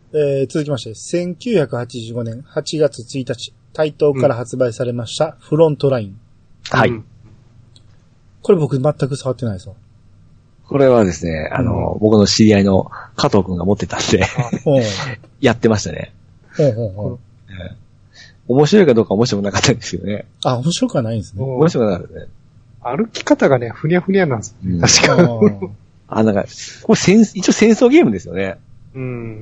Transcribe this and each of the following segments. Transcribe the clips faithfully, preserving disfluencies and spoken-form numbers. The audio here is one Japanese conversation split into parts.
えー、続きまして、せんきゅうひゃくはちじゅうごねんはちがつついたち、台東から発売されました、フロントライン。 はい。 これ僕全く触ってないですよ。 これはですね、あの、うん、僕の知り合いの加藤くんが持ってたんで、やってましたね。ほうほうほう、えー。面白いかどうか面白くなかったんですよね。 あ、面白くはないんですね。 面白くなかったね。 歩き方がね、ふにゃふにゃなんですよ、うん。確か。 あ、なんか、これ戦、一応戦争ゲームですよね。 うん。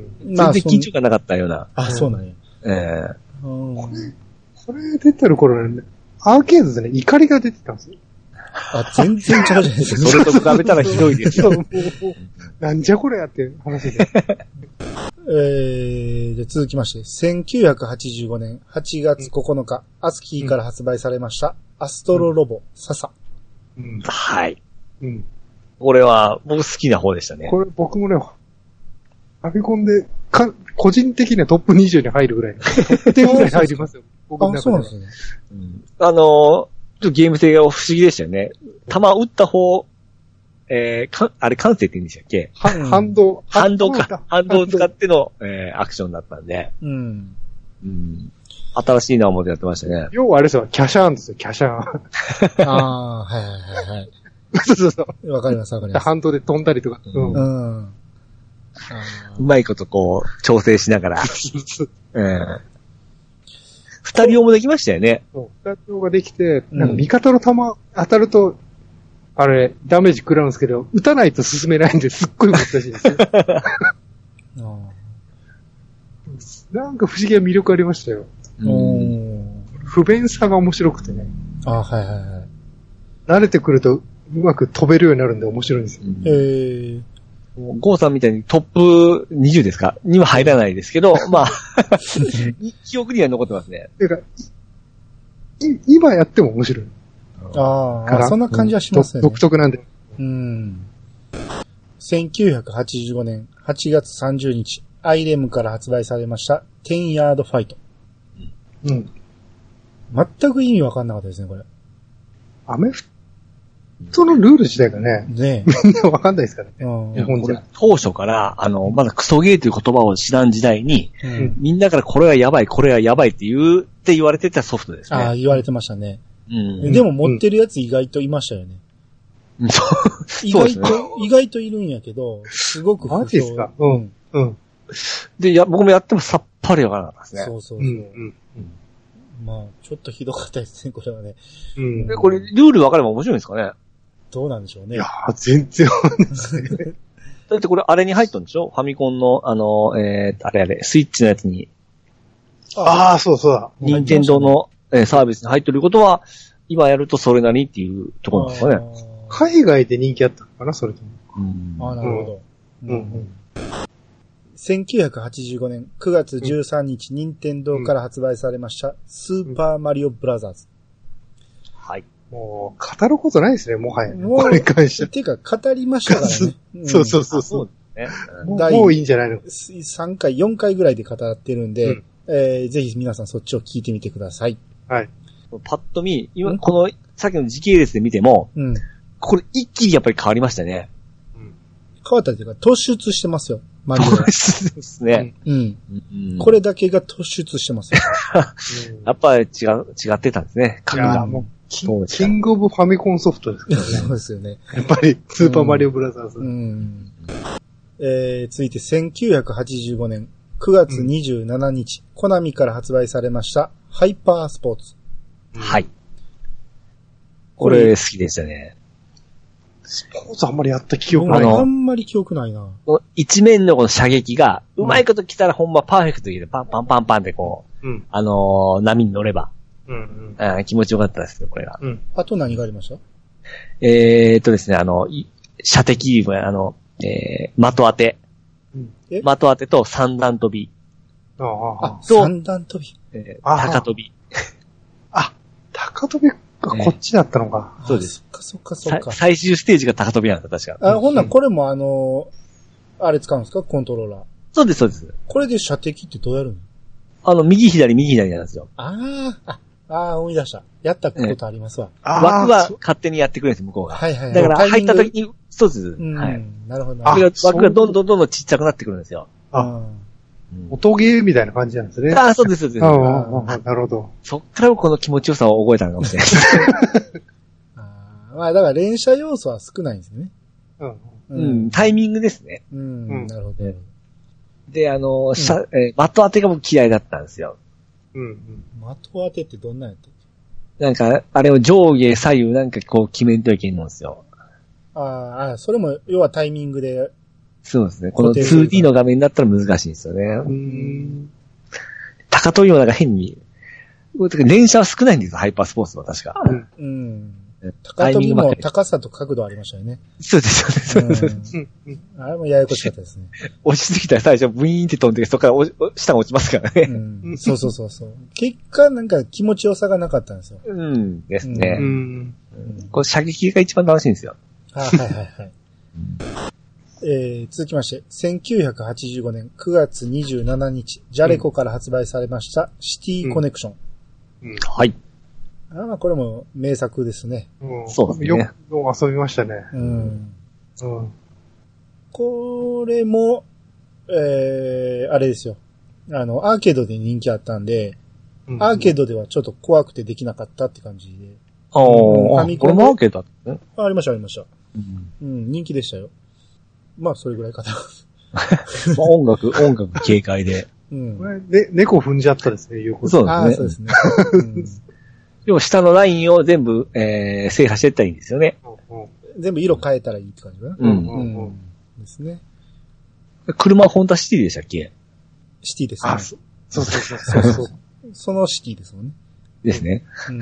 全然緊張感なかったような。 あ、そうなんや。 ええー。 これ、これ出てる頃ね、アーケードでね、怒りが出てたんですよ。 あ、全然違うじゃないですか。 それと比べたらひどいですよ。 なんじゃこれやって話で。 えー、で続きまして、せんきゅうひゃくはちじゅうごねんはちがつここのか、アスキーから発売されました、アストロロボ、ササ。 うん、はい。 うん。 これは、僕好きな方でしたね。 これ僕もね、ファミコンで、か、個人的にはトップにじゅうに入るぐらい。トップじゅうぐらい入りますよ。僕の中で。 あ、そうなんですね。 うん、あのー、ちょっとゲーム性が不思議でしたよね。弾撃った方、えー、か、あれ感性って言うんでしたっけ？ は、反動。 反動か。反動を使っての、えー、アクションだったんで。 うん。 うん。新しいな思ってやってましたね。 要はあれですよ、キャシャーンですよ、キャシャーン。 ああ、はいはいはいはい。 そうそうそう。 わかりますわかります。 反動で飛んだりとか。 うん。うん。 うまいことこう、調整しながら。えー、二人用もできましたよね。 そう。二人用ができて、なんか味方の弾当たると、あれ、ダメージ食らうんですけど、撃たないと進めないんですっごい難しいですよ。なんか不思議な魅力ありましたよ。 うん、 不便さが面白くてね。 あ、はいはいはい。 慣れてくるとうまく飛べるようになるんで面白いんですよ。 へー。 ゴーさんみたいにトップにじゅうですかには入らないですけど、まあ、記憶には残ってますね。 ていうか、今やっても面白い。 ああ、そんな感じはしますよね。 独特なんで。 うん。せんきゅうひゃくはちじゅうごねんはちがつさんじゅうにち、アイレムから発売されました、テンヤードファイト。 うん。 全く意味わかんなかったですね、これ。 アメフトのルール自体がね、 ねみんなわかんないですからね。 うん、日本じゃ。当初から、あの、まだクソゲーという言葉を知らん時代に、うん、みんなからこれはやばい、これはやばいって言う、って言われてたソフトですね。 ああ、言われてましたね。 うん、 でも持ってるやつ意外といましたよね。 うん、そう意外と、ね、意外といるんやけど、すごく不評。 マジですか？うん。うん。 で、や、僕もやってもさっぱりわからなかったですね。 そうそうそう。うんうんうん、まあ、ちょっとひどかったですね、これはね。 うん。で、これ、ルール分かれば面白いんですかね？ どうなんでしょうね。 いやー、全然わかんないですね。 だってこれ、あれに入ったんでしょ？ファミコンの、あの、えー、あれあれ、スイッチのやつに。 ああ、そうそうだ。 任天堂の、えー、サービスに入ってることは、今やるとそれなりっていうところなんですかね。 海外で人気あったのかな、それとも。 うん、ああ、なるほど。 うんうん、 せんきゅうひゃくはちじゅうごねんくがつじゅうさんにち、任天堂から発売されました、スーパーマリオブラザーズ。 はい。 もう、語ることないですね、もはや。もう、これに関して。 ていうか、語りましたからね。 うん、そうそうそうそう。 ね、 もう、もういいんじゃないの？ さんかい、よんかいぐらいで語ってるんで、うん、えー、ぜひ皆さんそっちを聞いてみてください。 はい。 パッと見、今、この、さっきの時系列で見ても、うん、これ一気にやっぱり変わりましたね。 うん、変わったというか、突出してますよ。マリオは。 突出ですね。 うん。うん、これだけが突出してますよ。 やっぱり違う、違ってたんですね。 いやもうキン、キングオブファミコンソフトですからね。 そうですよね。 やっぱり、スーパーマリオブラザーズ。 うん。うん、えー、続いてせんきゅうひゃくはちじゅうごねんくがつにじゅうしちにち、うん、コナミから発売されました、ハイパースポーツ。 はい。これ好きでしたね。 スポーツあんまりやった記憶ない。あんまり記憶ないな。 一面のこの射撃が、うまいこと来たらほんまパーフェクトにパンパンパンパンってこう、うん、あのー、波に乗れば、うんうん、あ気持ちよかったですよ、これが。 うん、あと何がありました？ えーっとですね、あの、射的、あの、えー、的当て。うん、的当てと三段跳び。 ああ、 三段跳び。 えー、高跳び。 あ、高跳びがこっちだったのか。 えー、そうです。 そっかそっかそっか。 最終ステージが高跳びなんだ、確か。 あ、ほんならこれもあのー、あれ使うんですか？コントローラー。 そうです、そうです。 これで射的ってどうやるの？ あの、右左、右左なんですよ。 ああ、ああ、思い出した。やったことありますわ。 えー、枠は勝手にやってくれるんです、向こうが。 はいはいはい。 だから入った時に、そうです。 うん、 はい。 なるほど。 枠が、枠がどんどんどんどんちっちゃくなってくるんですよ。 あ音ゲーみたいな感じなんですね。 ああ、そうです、そうです。 ああ、なるほど。 そっからこの気持ちよさを覚えたのかもしれない。 あまあ、だから連射要素は少ないんですね。 うん。うん、タイミングですね。 うん、うん、なるほど。 で、あの、しゃ、えー、的当てが僕嫌いだったんですよ。 うん、うん。 的当てってどんなんやったっけ？なんか、あれを上下左右なんかこう決めんといけんのですよ。 ああ、それも、要はタイミングで。 そうですね。この ツーディー の画面だったら難しいんですよね。うん。高飛びもなんか変に、連射は少ないんですよ、ハイパースポーツは確か。うん。うん。 高飛びも高さと角度ありましたよね。 そうです、そうです、そうです。 あれもややこしかったですね。 落ちすぎたら最初ブイーンって飛んで、そこから下が落ちますからね。 うん。そうそうそうそう。結果なんか気持ちよさがなかったんですよ。 うんですね。うん。これ射撃が一番楽しいんですよ。 はいはいはいはい。えー、続きまして、せんきゅうひゃくはちじゅうごねんくがつにじゅうしちにち、ジャレコから発売されました、シティコネクション。 うんうん、はい。 あまあ、これも名作ですね。 うん、 そうですね。 よく遊びましたね。 うん。うん、これも、えー、あれですよ。あの、アーケードで人気あったんで、うん、アーケードではちょっと怖くてできなかったって感じで。 ああ、ファミコンもアーケードだったね。 ありました、ありました。うん、うん、人気でしたよ。まあ、それぐらいかな。 まあ、音楽、音楽軽快で。 うん。これ、ね、猫踏んじゃったですね、いうこと。 そうですね。 あそうですね。うん、 でも下のラインを全部、えー、制覇していったらいいんですよね。 うんうん、全部色変えたらいいって感じかな。うん。うんうん、ですね。 車はホンダシティでしたっけ？ シティですね。 あ、そうそうそうそうそう。 そのシティですもんね。 ですね。うん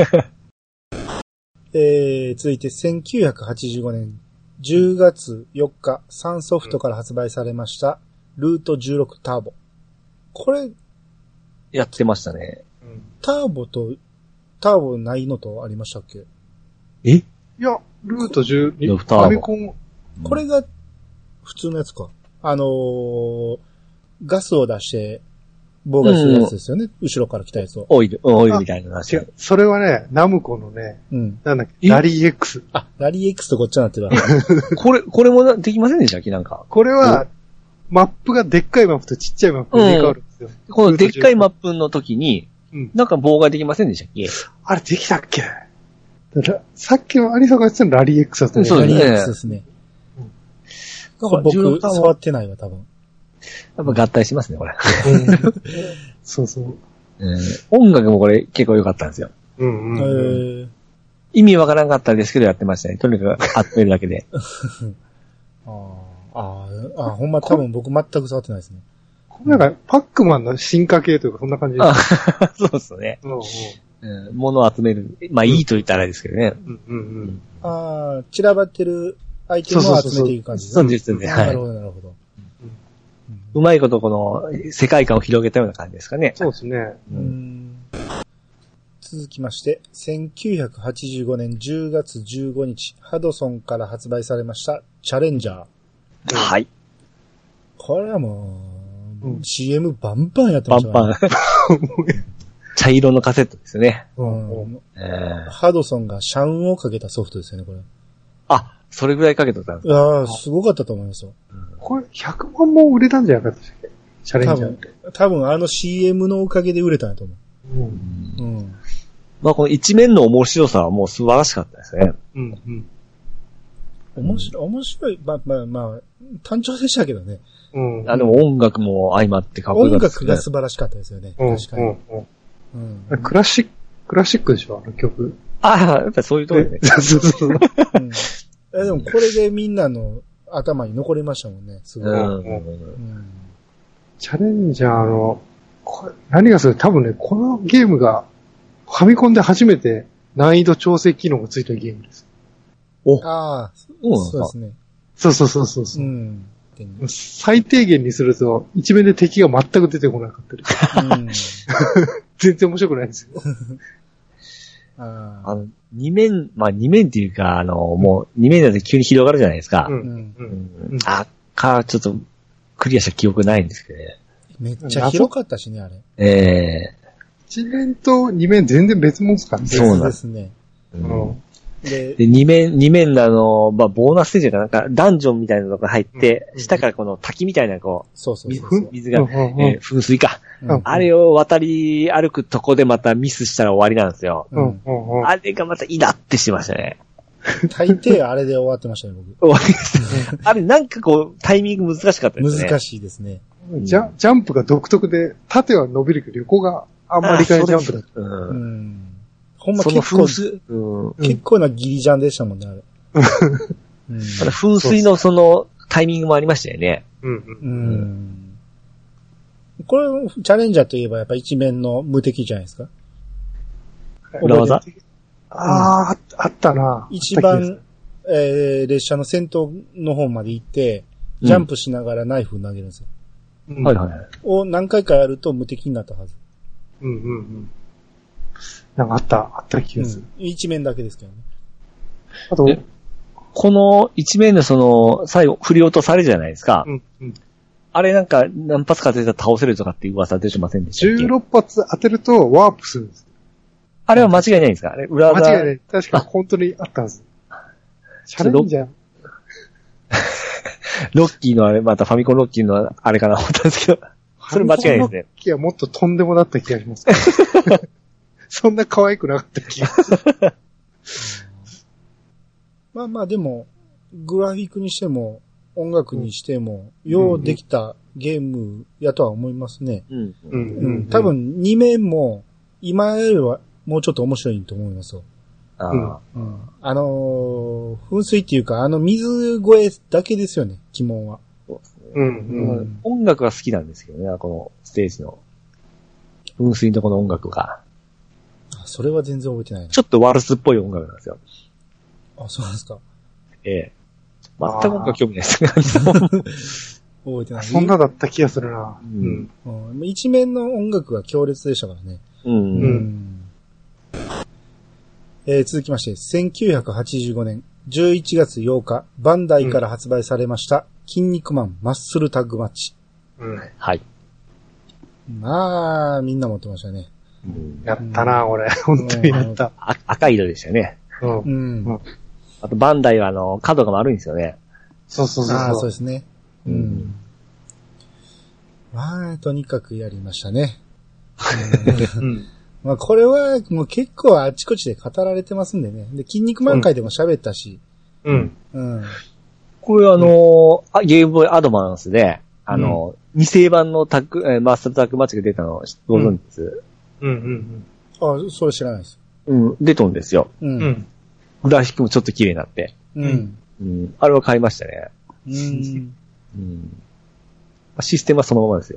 えー、続いてせんきゅうひゃくはちじゅうごねんじゅうがつよっか、サンソフトから発売されました、ルートじゅうろくターボ。これ、 やってましたね。 ターボと、ターボないのとありましたっけ？ え？いや、ルートじゅうろくターボ。 これが普通のやつか。あのー、ガスを出して妨害するやつですよね。うん、後ろから来たやつを。 オイル、オイルみたいな。 違う。それはね、ナムコのね、うん、なんだっけ、ラリー X。 あ、ラリー X とこっちになってるわ。 これ、これもできませんでしたっけなんか。 これは、マップがでっかいマップとちっちゃいマップに変わるんですよ。 うん、このでっかいマップの時に、うん、なんか妨害できませんでしたっけ？ あれできたっけ？さっきのアリサが言ってたのラリー X だったね。 そうですね。ラリー X ですね。うん、なんか僕、触ってないわ、多分。 やっぱ合体しますね、これ。 そうそう、 えー。音楽もこれ結構良かったんですよ。 うんうんうん、 意味わからなかったですけどやってましたね。とにかく集めるだけで。 ああ、ああ、ほんま多分僕全く触ってないですね。 なんか、パックマンの進化系というかそんな感じです 。そうですね。うんうん、物を集める。まあいいと言ったらあれですけどね。 うんうんうん、 ああ、散らばってるアイテムを集めていく感じですね。 そうですね。 なるほど、なるほど。 うまいことこの世界観を広げたような感じですかね。 そうですね。 うん、続きまして、せんきゅうひゃくはちじゅうごねんじゅうがつじゅうごにち、ハドソンから発売されましたチャレンジャー。 はい。 これはもう、うん、シーエム バンバンやってましたね。 バンバン。茶色のカセットですね。 うんえー、ハドソンがシャンをかけたソフトですよね、これ。 あ、それぐらいかけとったんですか？ ああ、すごかったと思いますよ。 これひゃくまんも売れたんじゃなかったっけ？チャレンジャーって。 多分、多分あの シーエム のおかげで売れたんやと思う。うん。 うん。まあこの一面の面白さはもう素晴らしかったですね。 うんうん。 面白い、面白い、まあまあまあ、単調でしたけどね。 うん。 あ、でも音楽も相まってかっこよかったですね。 音楽が素晴らしかったですよね。うん、確かに。うんうんうん、クラシック、クラシックでしょあの曲。 ああ、やっぱそういうところね。そうそうそう。うんえでもこれでみんなの頭に残りましたもんね、すごい。うんうん、 チャレンジャーの、これ何がする多分ね、このゲームがファミコンで初めて難易度調整機能がついたゲームです。 おああ、そうですね。 そうそうそうそうそう、うん。最低限にすると、一面で敵が全く出てこなかったり。うん、全然面白くないんですよ。 ああの、二面、まあ二面っていうか、あの、もう二面だと急に広がるじゃないですか。うんうんうん、あっか、ちょっと、クリアした記憶ないんですけどね。 めっちゃ広かったしね、あれ。 ええー。 一面と二面全然別物ですからね。 そうなんですね。 うん、 で、で二面、二面のあの、まあ、ボーナスステージかなんか、ダンジョンみたいなのが入って、うん、下からこの滝みたいなこう、そうそうそう水, 水が、うんえー、噴水か、うん。あれを渡り歩くとこでまたミスしたら終わりなんですよ。うんうん、あれがまたイラってしてましたね。 大抵あれで終わってましたね、僕。 終わりました。あれなんかこう、タイミング難しかったですね。 難しいですね。 ジャ, ジャンプが独特で、縦は伸びるけど横があんまりいかないジャンプだった。うん。 ほんま結構、うん、結構なギリジャンでしたもんね、あれ。 うん、噴水のそのタイミングもありましたよね。うん。うん。 これ、チャレンジャーといえばやっぱ一面の無敵じゃないですか。 裏技ああ、あったな。 一番、えー、列車の先頭の方まで行って、ジャンプしながらナイフ投げるんですよ。 うん、はいはいはい。 を何回かやると無敵になったはず。 うんうんうん。なんかあった、あった気がする。 うん、一面だけですけどね。 あと、この一面のその、最後、振り落とされるじゃないですか。うんうん、あれなんか、何発か当てたら倒せるとかっていう噂出てませんでしたっけ？ じゅうろっ発当てるとワープするんです。 あれは間違いないんですか？あれ裏技。 間違いない。確か本当にあったんです。チャレンジャー。 ロッキーのあれ、またファミコンロッキーのあれかな思ったんですけど、それ間違いないですね。ロッキーはもっととんでもなった気がします。そんな可愛くなかった気がする。 まあまあでも、グラフィックにしても、音楽にしても、うん、ようできたゲームやとは思いますね。うん。うん。うん、多分に面も、今よりはもうちょっと面白いと思いますよ。ああ、うん。あのー、噴水っていうか、あの水越えだけですよね、鬼門は。そうですね。 うん、うん。音楽は好きなんですけどね、このステージの。噴水のとこの音楽が。 あ、それは全然覚えてないな。 ちょっとワルスっぽい音楽なんですよ。 あ、そうなんですか。 ええ。全く音楽興味ないですね。覚えてない。 そんなだった気がするな。うん。 うん、一面の音楽が強烈でしたからね。うん。うんえー、続きまして、せんきゅうひゃくはちじゅうごねんじゅういちがつようか、バンダイから発売されました、筋肉マンマッスルタッグマッチ。 うん。はい。 まあ、みんな持ってましたね。 うん、やったな、俺。本当にやった。 あ赤い色でしたよね。うん。うん。あと、バンダイは、あの、角が丸いんですよね。 そうそうそうそう。 ああ、そうですね。うん。まあ、とにかくやりましたね。うん。まあ、これは、もう結構あちこちで語られてますんでね。で、筋肉マン会でも喋ったし。うん。うん。 これあのー、ゲームボーイアドバンスで、あのー、二世版のタッグ、えー、マスタータッグマッチが出たのをご存知です、 うん、うんうんうん。 あ、それ知らないです。 うん、出とんですよ。うん。グラフィックもちょっと綺麗になって。うん。うん。あれは買いましたね。うん。うん。システムはそのままですよ。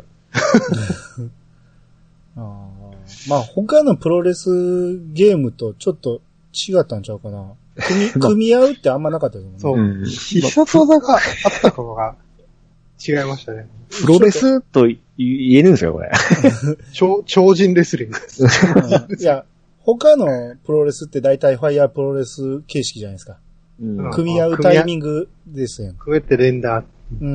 あまあ他のプロレスゲームとちょっと違ったんちゃうかな。組み、組み合うってあんまなかったですもんね。そう。必殺技があったことが違いましたね。 プロレスと言えるんですかこれ。 超、超人レスリング。 いや、他のプロレスって大体ファイヤープロレス形式じゃないですか。うん、組み合うタイミングですよ。 組めて連打。うん。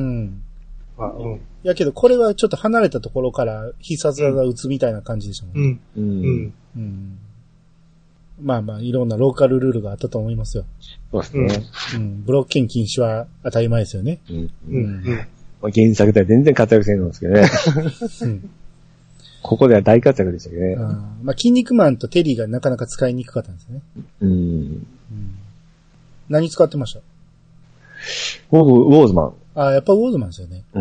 うん。やけど、これはちょっと離れたところから必殺技打つみたいな感じでしたもんね。うん。うん。うん。まあまあ、いろんなローカルルールがあったと思いますよ。 そうですね。 うん。ブロッケン禁止は当たり前ですよね。うん。うん。 うん、原作では全然活躍せんのですけどね。うん。ここでは大活躍でしたけどね。あまあ、筋肉マンとテリーがなかなか使いにくかったんですね。うん。うん、何使ってました？ ウォーズマン。 あ、やっぱウォーズマンですよね。うん。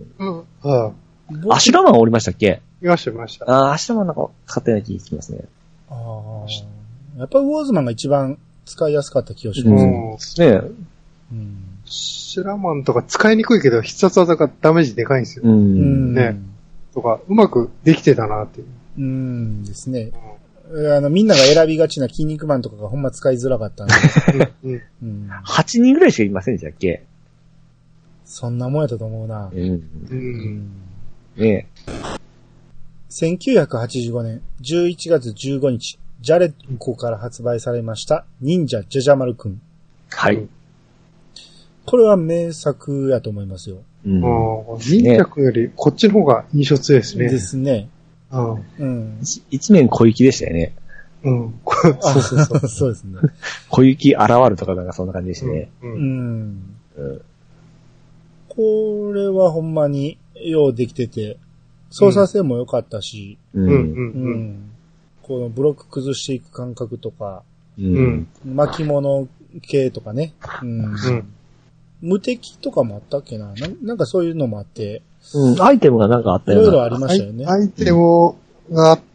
うん。ああ。アシュラマンおりましたっけ？ いました、いました。 ああ、アシュラマンなんか勝手な気がしますね。ああ。やっぱウォーズマンが一番使いやすかった気がしますね。ねえ。 うん。アシュラマンとか使いにくいけど必殺技がダメージでかいんですよ。うん。ね。とか、うまくできてたなっていう。 うんですね。うん、あの、みんなが選びがちな筋肉マンとかがほんま使いづらかったんで。 うんうん、はちにんぐらいしかいませんでしたっけ？ そんなもんやったと思うな。うん。うん、 ねえ。 せんきゅうひゃくはちじゅうごねんじゅういちがつじゅうごにち、ジャレッコから発売されました、忍者ジャジャマルくん。はい。これは名作やと思いますよ。 うん、忍者くんよりこっちの方が印象強いですね。 ですね。 うん。一面小粋でしたよね。 うん。そうそうそう。 そうですね。 小雪現るとかなんかそんな感じでしたね。 うん。うんうん、これはほんまにようできてて、操作性も良かったし、 うん。うん。うんうんこのブロック崩していく感覚とか、 うん、 巻物系とかね、うんうん、無敵とかもあったっけな、な、なんかそういうのもあって、 うん、アイテムがなんかあったよね。 いろいろありましたよね。 アイテムがあって、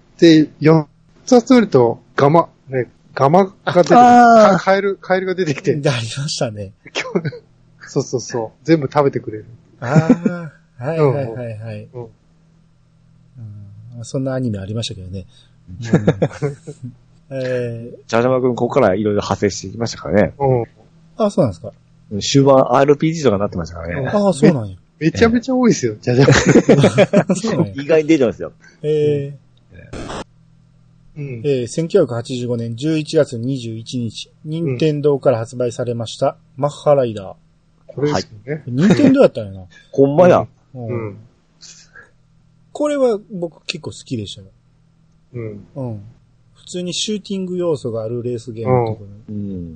よっつ集めるとガマ、ね、ガマが出てきて、カエル、カエルが出てきて。 ありましたね。 そうそうそう。全部食べてくれる。 ああ、はいはいはいはい、うんうん。そんなアニメありましたけどね。うんえー、 ジャジャマ君ここからいろいろ派生していきましたからね。 うん。 あ、そうなんですか。 終盤 アールピージー とかなってましたからね。 ああ、そうなんや。 めちゃめちゃ多いですよ、ジャジャマ君。意外に出てますよ。 えーうんえー、せんきゅうひゃくはちじゅうごねんじゅういちがつにじゅういちにち、任天堂から発売されました、マッハライダー。 これですよね。 任天堂やったんやな。 ほんまや、 うんうん。 これは僕結構好きでしたよ。 うん。 うん。普通にシューティング要素があるレースゲームとか、うん、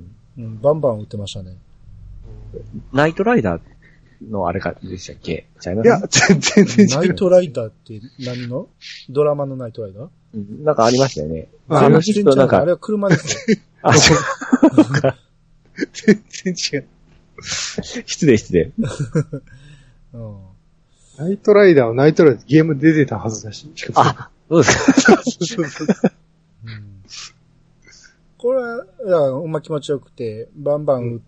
うん。バンバン打ってましたね。 ナイトライダーのあれかでしたっけ？ いや、全然全然ナイトライダーって何の？ドラマのナイトライダー？ うん、なんかありましたよね。 あの人なんか。あれは車ですよ。 あ、そう。 全然違う。 失礼失礼。 うん、 ナイトライダーはナイトライダーゲーム出てたはずだし。 あ、そうですか。 うん、これは、ほんま気持ちよくて、バンバン打って、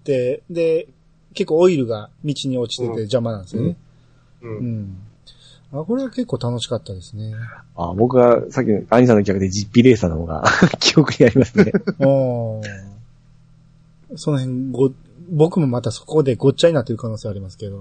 うん、で、結構オイルが道に落ちてて邪魔なんですよね。うん。うんうんあ、これは結構楽しかったですね。 あ、僕はさっきの兄さんの企画で実費レーサーの方が記憶にありますね。 おその辺ご、僕もまたそこでごっちゃになってる可能性ありますけど。うん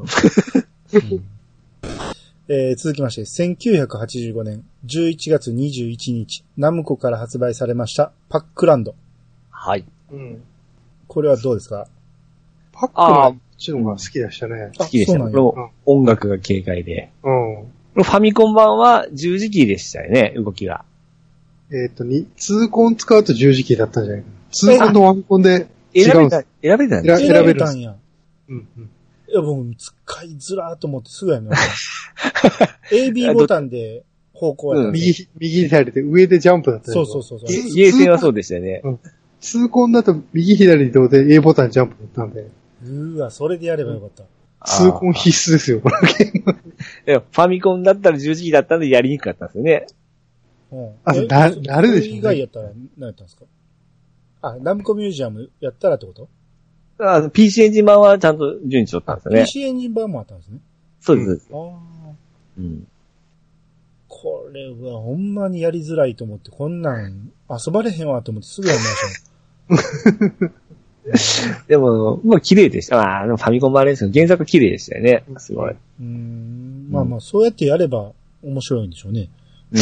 えー、続きまして、せんきゅうひゃくはちじゅうごねんじゅういちがつにじゅういちにち、ナムコから発売されましたパックランド。 はい。 うん。 これはどうですか？ パックランドが好きでしたね。 好きでした。これも音楽が軽快で。 うん。 ファミコン版は十字キーでしたよね、動きが。 えっ、ー、と、に、ツーコン使うと十字キーだったんじゃないかな。ツーコンとワンコンで違うんです。 選べたんです選べたんや。 うんうん。 いや、僕、使いづらーと思ってすぐやめました。エービー ボタンで方向やった、 うん。右、右左で上でジャンプだった。 そうそうそうそう。 ゲーセンはそうでしたよね。 うん。ツーコンだと右左で A ボタンジャンプだったんで。 うわ、それでやればよかった。 ツーコン必須ですよ、このゲーム。 いや、ファミコンだったら十字キーだったんでやりにくかったんですよね。 うん。 あ、な、なるでしょ、ね。 以外やったら何やったんですか？あ、ナムコミュージアムやったらってこと？ あ ピーシー エンジン版はちゃんと順次取ったんですよね。 ピーシー エンジン版もあったんですね。 そうです。 うん、ああ。 うん。 これはほんまにやりづらいと思って、こんなん遊ばれへんわと思ってすぐやめました。 でも、まあ綺麗でした。ああ、ファミコン版ですけど、原作綺麗でしたよね。すごい。 うーん。まあまあ、そうやってやれば面白いんでしょうね。 うん。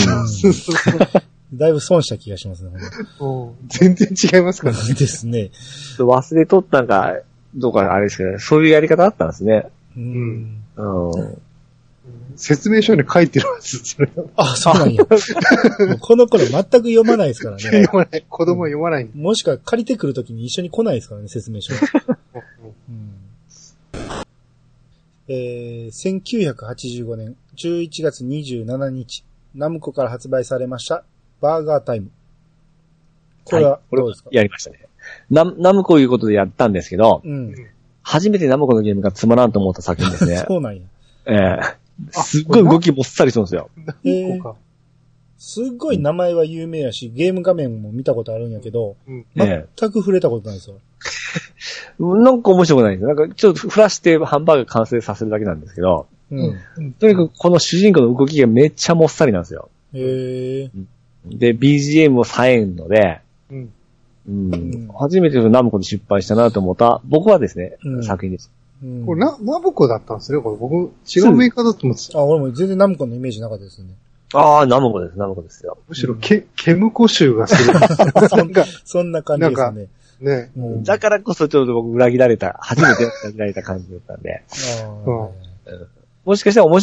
だいぶ損した気がしますね。 全然違いますからね。ですね。 忘れとったんか、どうかあれですけど、そういうやり方あったんですね。 うん。 うん。 説明書に書いてるはず、それは。 あ、そうなんや。この頃全く読まないですからね。 読まない。子供読まない、 うん。もしくは借りてくるときに一緒に来ないですからね、説明書。うんえー、せんきゅうひゃくはちじゅうごねんじゅういちがつにじゅうしちにち、ナムコから発売されました、バーガータイム。これはどうですか？ はい、やりましたね。ナ、ナムコいうことでやったんですけど、 うん、 初めてナムコのゲームがつまらんと思った作品ですね。 そうなんや。 ええーすっごい動きもっさりするんですよ。 えー、すっごい名前は有名やし、ゲーム画面も見たことあるんやけど、うん、全く触れたことないですよ。 なんか面白くないんですよ。なんかちょっとフラしてハンバーガー完成させるだけなんですけど、うん、とにかくこの主人公の動きがめっちゃもっさりなんですよ。 へーで、ビージーエム も冴えんので、 うんうんうん、初めてナムコで失敗したなと思った僕はですね、うん、作品です。 うん、これな、ナムコだったんですね。これ僕、違うメーカーだと思ってた。 あ、俺も全然ナムコのイメージなかったですね。 ああ、ナムコです、ナムコですよ。 むしろ、ケ、ケムコ臭がする。 そんな、そんな感じですね。 ね、 うん。だからこそちょっと僕裏切られた、初めて裏切られた感じだったんで。 あうん、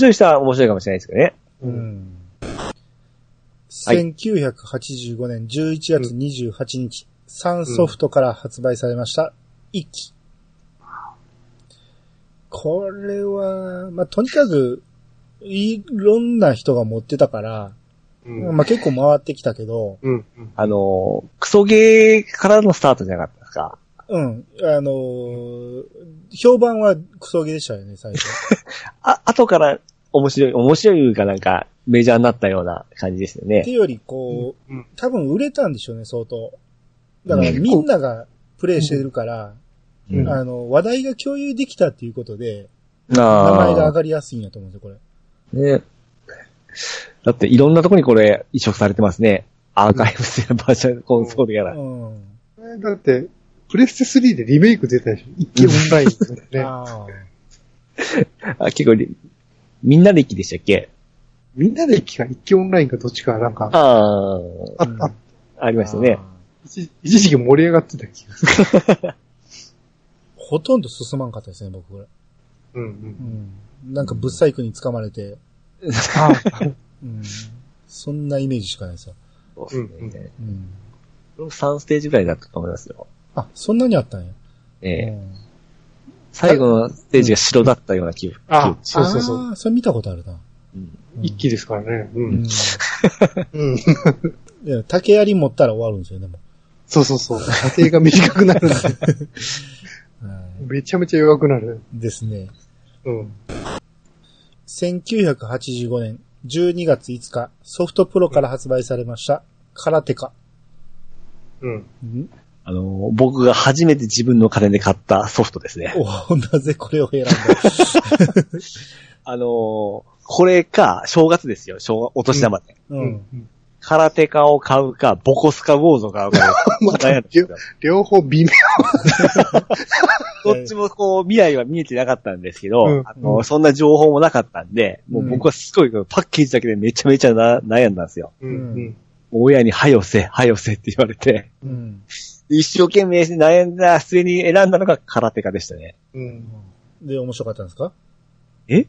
もしかしたら面白い人は面白いかもしれないですけどね。 うん。 せんきゅうひゃくはちじゅうごねんじゅういちがつにじゅうはちにち、サンソフトから発売されました、一機。これは、まあ、とにかく、いろんな人が持ってたから、うん、まあ、結構回ってきたけど、 うん、あの、クソゲーからのスタートじゃなかったですか？ うん。あのー、評判はクソゲーでしたよね、最初。 あ、後から面白い、面白いがなんかメジャーになったような感じですよね。 っていうより、こう、うん、多分売れたんでしょうね、相当。だからみんながプレイしてるから、うん、あの、話題が共有できたっていうことで、名前が上がりやすいんやと思うんですよ、これ。ね。だっていろんなとこにこれ移植されてますね。アーカイブスやバーチャルコンソールやら。うんうん、だって、プレステスリーでリメイク出たでしょ。一気オンラインですね。ああ結構、みんなで一気でしたっけ？ みんなで一気か一気オンラインかどっちかなんか。 ああ。あ、あ、ありましたね。 一, 一時期盛り上がってた気がする。 ほとんど進まんかったですね、僕これ。うんうん。うん。なんかブッサイクに掴まれて。あうん、そんなイメージしかないですよ。 そうですね。うん。さんステージぐらいだったと思いますよ。 あ、そんなにあったんや。 ええーうん。最後のステージが白だったような気分。 あ、そうそうそう。 ああ、それ見たことあるな。 うん、一気ですからね。うん。 うん。いや、竹槍持ったら終わるんですよ、でも。 そうそうそう。竹が短くなるんで。めちゃめちゃ弱くなる。 ですね。 うん。 せんきゅうひゃくはちじゅうごねんじゅうにがついつか、ソフトプロから発売されました、空手家。 うん。 んあの、僕が初めて自分の金で買ったソフトですね。 おなぜこれを選んだあの、これか、正月ですよ、正お年玉で。 うん。うん空手家を買うか、ボコスカウォーズを買うか。 また両方微妙。 どっちもこう、未来は見えてなかったんですけど、うん、あの、うん、そんな情報もなかったんで、もう僕はすごいパッケージだけでめちゃめちゃな悩んだんですよ。 うん、 親にはよせ、はよせって言われて、 うん、 一生懸命悩んだ末に選んだのが空手家でしたね。 うん、で、面白かったんですか？ え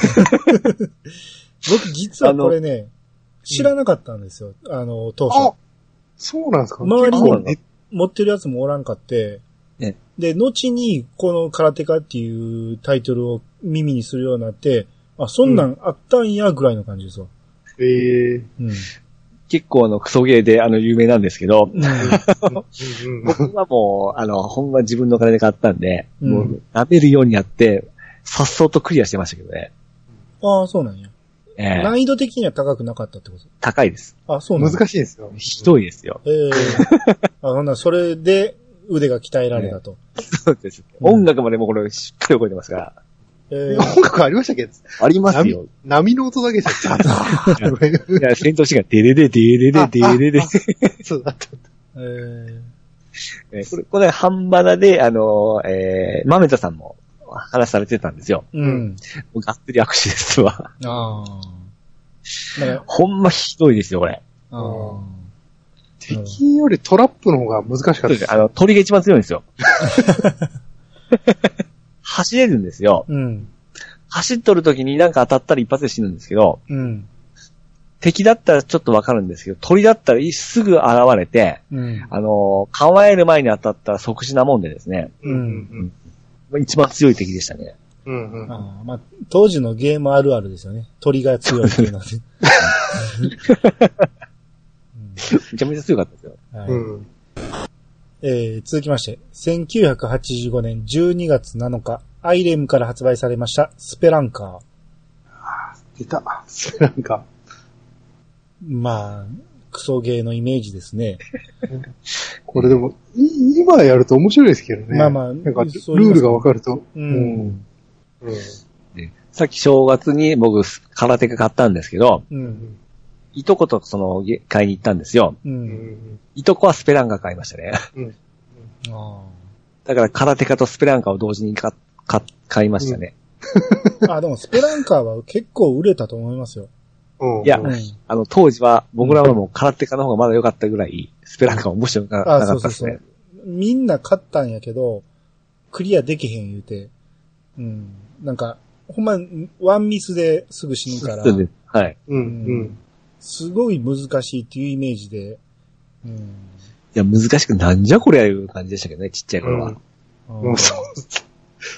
僕実はこれね、知らなかったんですよ。あの、当初。あ、 そうなんですか？ 周りに持ってるやつもおらんかって、 ね、 で、後にこの空手家っていうタイトルを耳にするようになって、あ、そんなんあったんやぐらいの感じですわ。 へ、うん、 えー。うん。 結構あの、クソゲーであの、有名なんですけど、うん、僕はもう、あの、ほんま自分の金で買ったんで、うん、もう、舐めるようにやって、さっそうとクリアしてましたけどね。 ああ、そうなんや。 えー、 難易度的には高くなかったってこと？ 高いです。 あ、そうなん難しいですよ。 ひどいですよ。 ええー。あ、ほんならそれで腕が鍛えられたと。 えー、そうです、うん。音楽までもこれしっかり覚えてますから。 えー、音楽ありましたっけ？ ありますよ。 波の音だけじゃザザーいや、戦闘シーンがデレデデレデデレデ。 そうだった。 えー、 えー、これ、これ、ハンバナで、あの、えー、マメタさんも話されてたんですよ。 うん。 がっつり握手ですわ。 ああ。 ほんまひどいですよ、これ。 ああ。 敵よりトラップの方が難しかった。そうです。あの、鳥が一番強いんですよ。走れるんですよ。 うん。 走っとる時になんか当たったら一発で死ぬんですけど、 うん。 敵だったらちょっとわかるんですけど、鳥だったらすぐ現れて、 うん、 あの、構える前に当たったら即死なもんでですね。 うん。 うん、一番強い敵でしたね。 うんうん。 ああ、まあ、当時のゲームあるあるですよね。鳥が強いっていうのはね。 めちゃめちゃ強かったですよ。 はい、うん、えー、続きまして、せんきゅうひゃくはちじゅうごねんじゅうにがつなのか、アイレムから発売されました、スペランカー。 出た、スペランカー。 まあ、クソゲーのイメージですね。 これでも、今やると面白いですけどね。 まあまあ、 なんかルールがわかると。 うん。 うん、 さっき正月に僕、空手家買ったんですけど、 うん、 いとことその、買いに行ったんですよ。 うん、 いとこはスペランカ買いましたね。 うん、 あだから空手家とスペランカを同時に買、買いましたね。 うん、あ、でもスペランカは結構売れたと思いますよ。 いや、うん、あの、当時は、僕らはもう空手家の方がまだ良かったぐらい、スペランカは面白くなかったですね。そうそうそう。 みんな勝ったんやけど、クリアできへん言うて、うん。なんか、ほんま、ワンミスですぐ死ぬから。 そうです。はい。 うん、うん。 すごい難しいっていうイメージで。うん、いや、難しくなんじゃこりゃいう感じでしたけどね、ちっちゃい頃は。 うん、もうそう、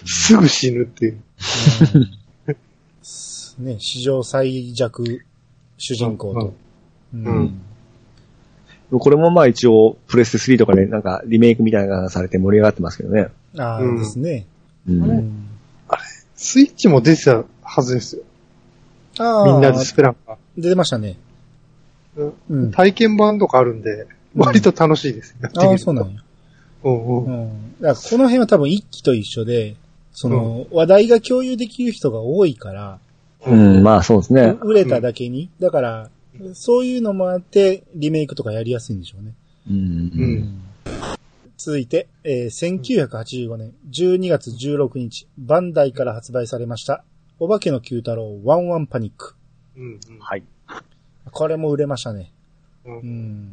すぐ死ぬっていう。 うん、ね、史上最弱主人公と。うんうんうん、これもまあ一応、プレステスリーとかでなんかリメイクみたいなのがされて盛り上がってますけどね。 ああ、うん、ですね。 うん、あれ、あれ、スイッチも出てたはずですよ。 ああ。 みんなでスペランカ。 出てましたね。 うん、体験版とかあるんで、割と楽しいです。 うん、ああ、そうなんや。 うんうん。 うん、だからこの辺は多分一期と一緒で、その、うん、話題が共有できる人が多いから、 うん、まあそうですね。 売れただけに。だから、そういうのもあって、リメイクとかやりやすいんでしょうね。 うんうん、 続いて、えー、せんきゅうひゃくはちじゅうごねんじゅうにがつじゅうろくにち、バンダイから発売されました、お化けの九太郎ワンワンパニック。 うんうん、 はい。 これも売れましたね。 うん。 うん、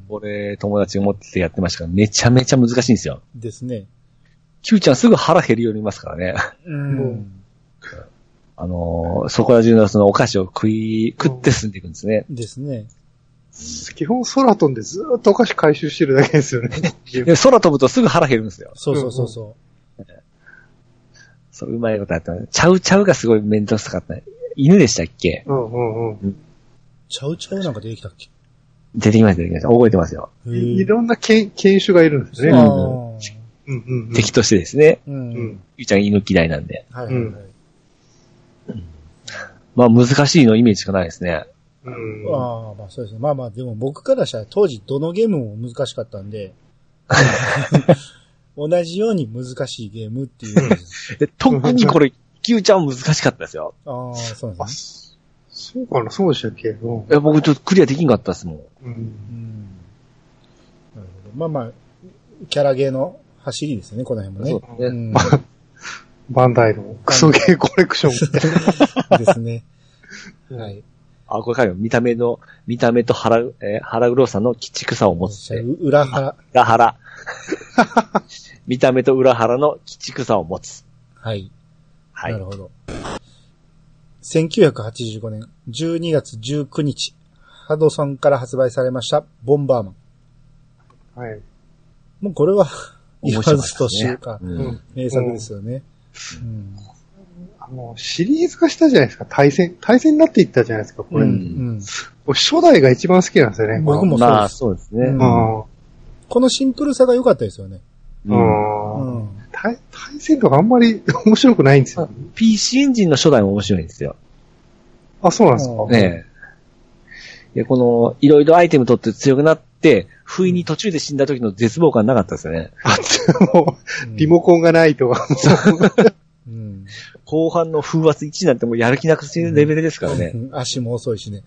これ、友達が持っててやってましたから、めちゃめちゃ難しいんですよ。 ですね。 キューちゃんすぐ腹減るようにいますからね。 うん。 あのー、そこら中のそのお菓子を食い、食って進んでいくんですね。 ですね。 基本空飛んでずーっとお菓子回収してるだけですよね。 で空飛ぶとすぐ腹減るんですよ。 そうそうそうそう。 うん、そう、うまいことやった。チャウチャウがすごい面倒くさかった。犬でしたっけ？ うんうんうん。 チャウチャウなんか出てきたっけ？ 出てきました、出てきました。覚えてますよ。 い, いろんな犬種がいるんですね。 うんうんうん、 敵としてですね。 うん。 ゆうちゃん犬嫌いなんで。 はいはいはい。うんまあ難しいのイメージしかないですね。 うん、 ああ、まあそうですね。まあまあ、でも僕からしたら当時どのゲームも難しかったんで、同じように難しいゲームっていうで。特にこれ、キューちゃん難しかったですよ。 ああ、そうなんですね。そうかな、そうでしたっけ？ え僕ちょっとクリアできんかったですもん。 うん。うん、なるほど。まあまあ、キャラゲーの走りですよね、この辺もね。 そうですね。うんバンダイのクソゲーコレクションみたいな。 ですね。はい。 あ、これ書いて見た目の、見た目と腹、えー、腹黒さの鬼畜さを持つ。 裏腹。 裏腹。見た目と裏腹の鬼畜さを持つ。 はい。 はい。 なるほど。せんきゅうひゃくはちじゅうごねんじゅうにがつじゅうくにち、ハドソンから発売されました、ボンバーマン。 はい。 もうこれは、言わずと知るか、 うん、 名作ですよね。うん、 あの、シリーズ化したじゃないですか、対戦、対戦になっていったじゃないですか、これ。うん、初代が一番好きなんですよね。 僕もそうです。 まあ、そうですね、うん。 このシンプルさが良かったですよね。 うん。うん、対, 対戦とかあんまり面白くないんですよ。 ピーシー エンジンの初代も面白いんですよ。 あ、そうなんですか？ ねえ。で、この、いろいろアイテム取って強くなって、不意に途中で死んだ時の絶望感なかったですよね。 あ、もう、リモコンがないとか。 うん、 後半の風圧いちなんてもうやる気なくすレベルですからね。 うん、足も遅いしね。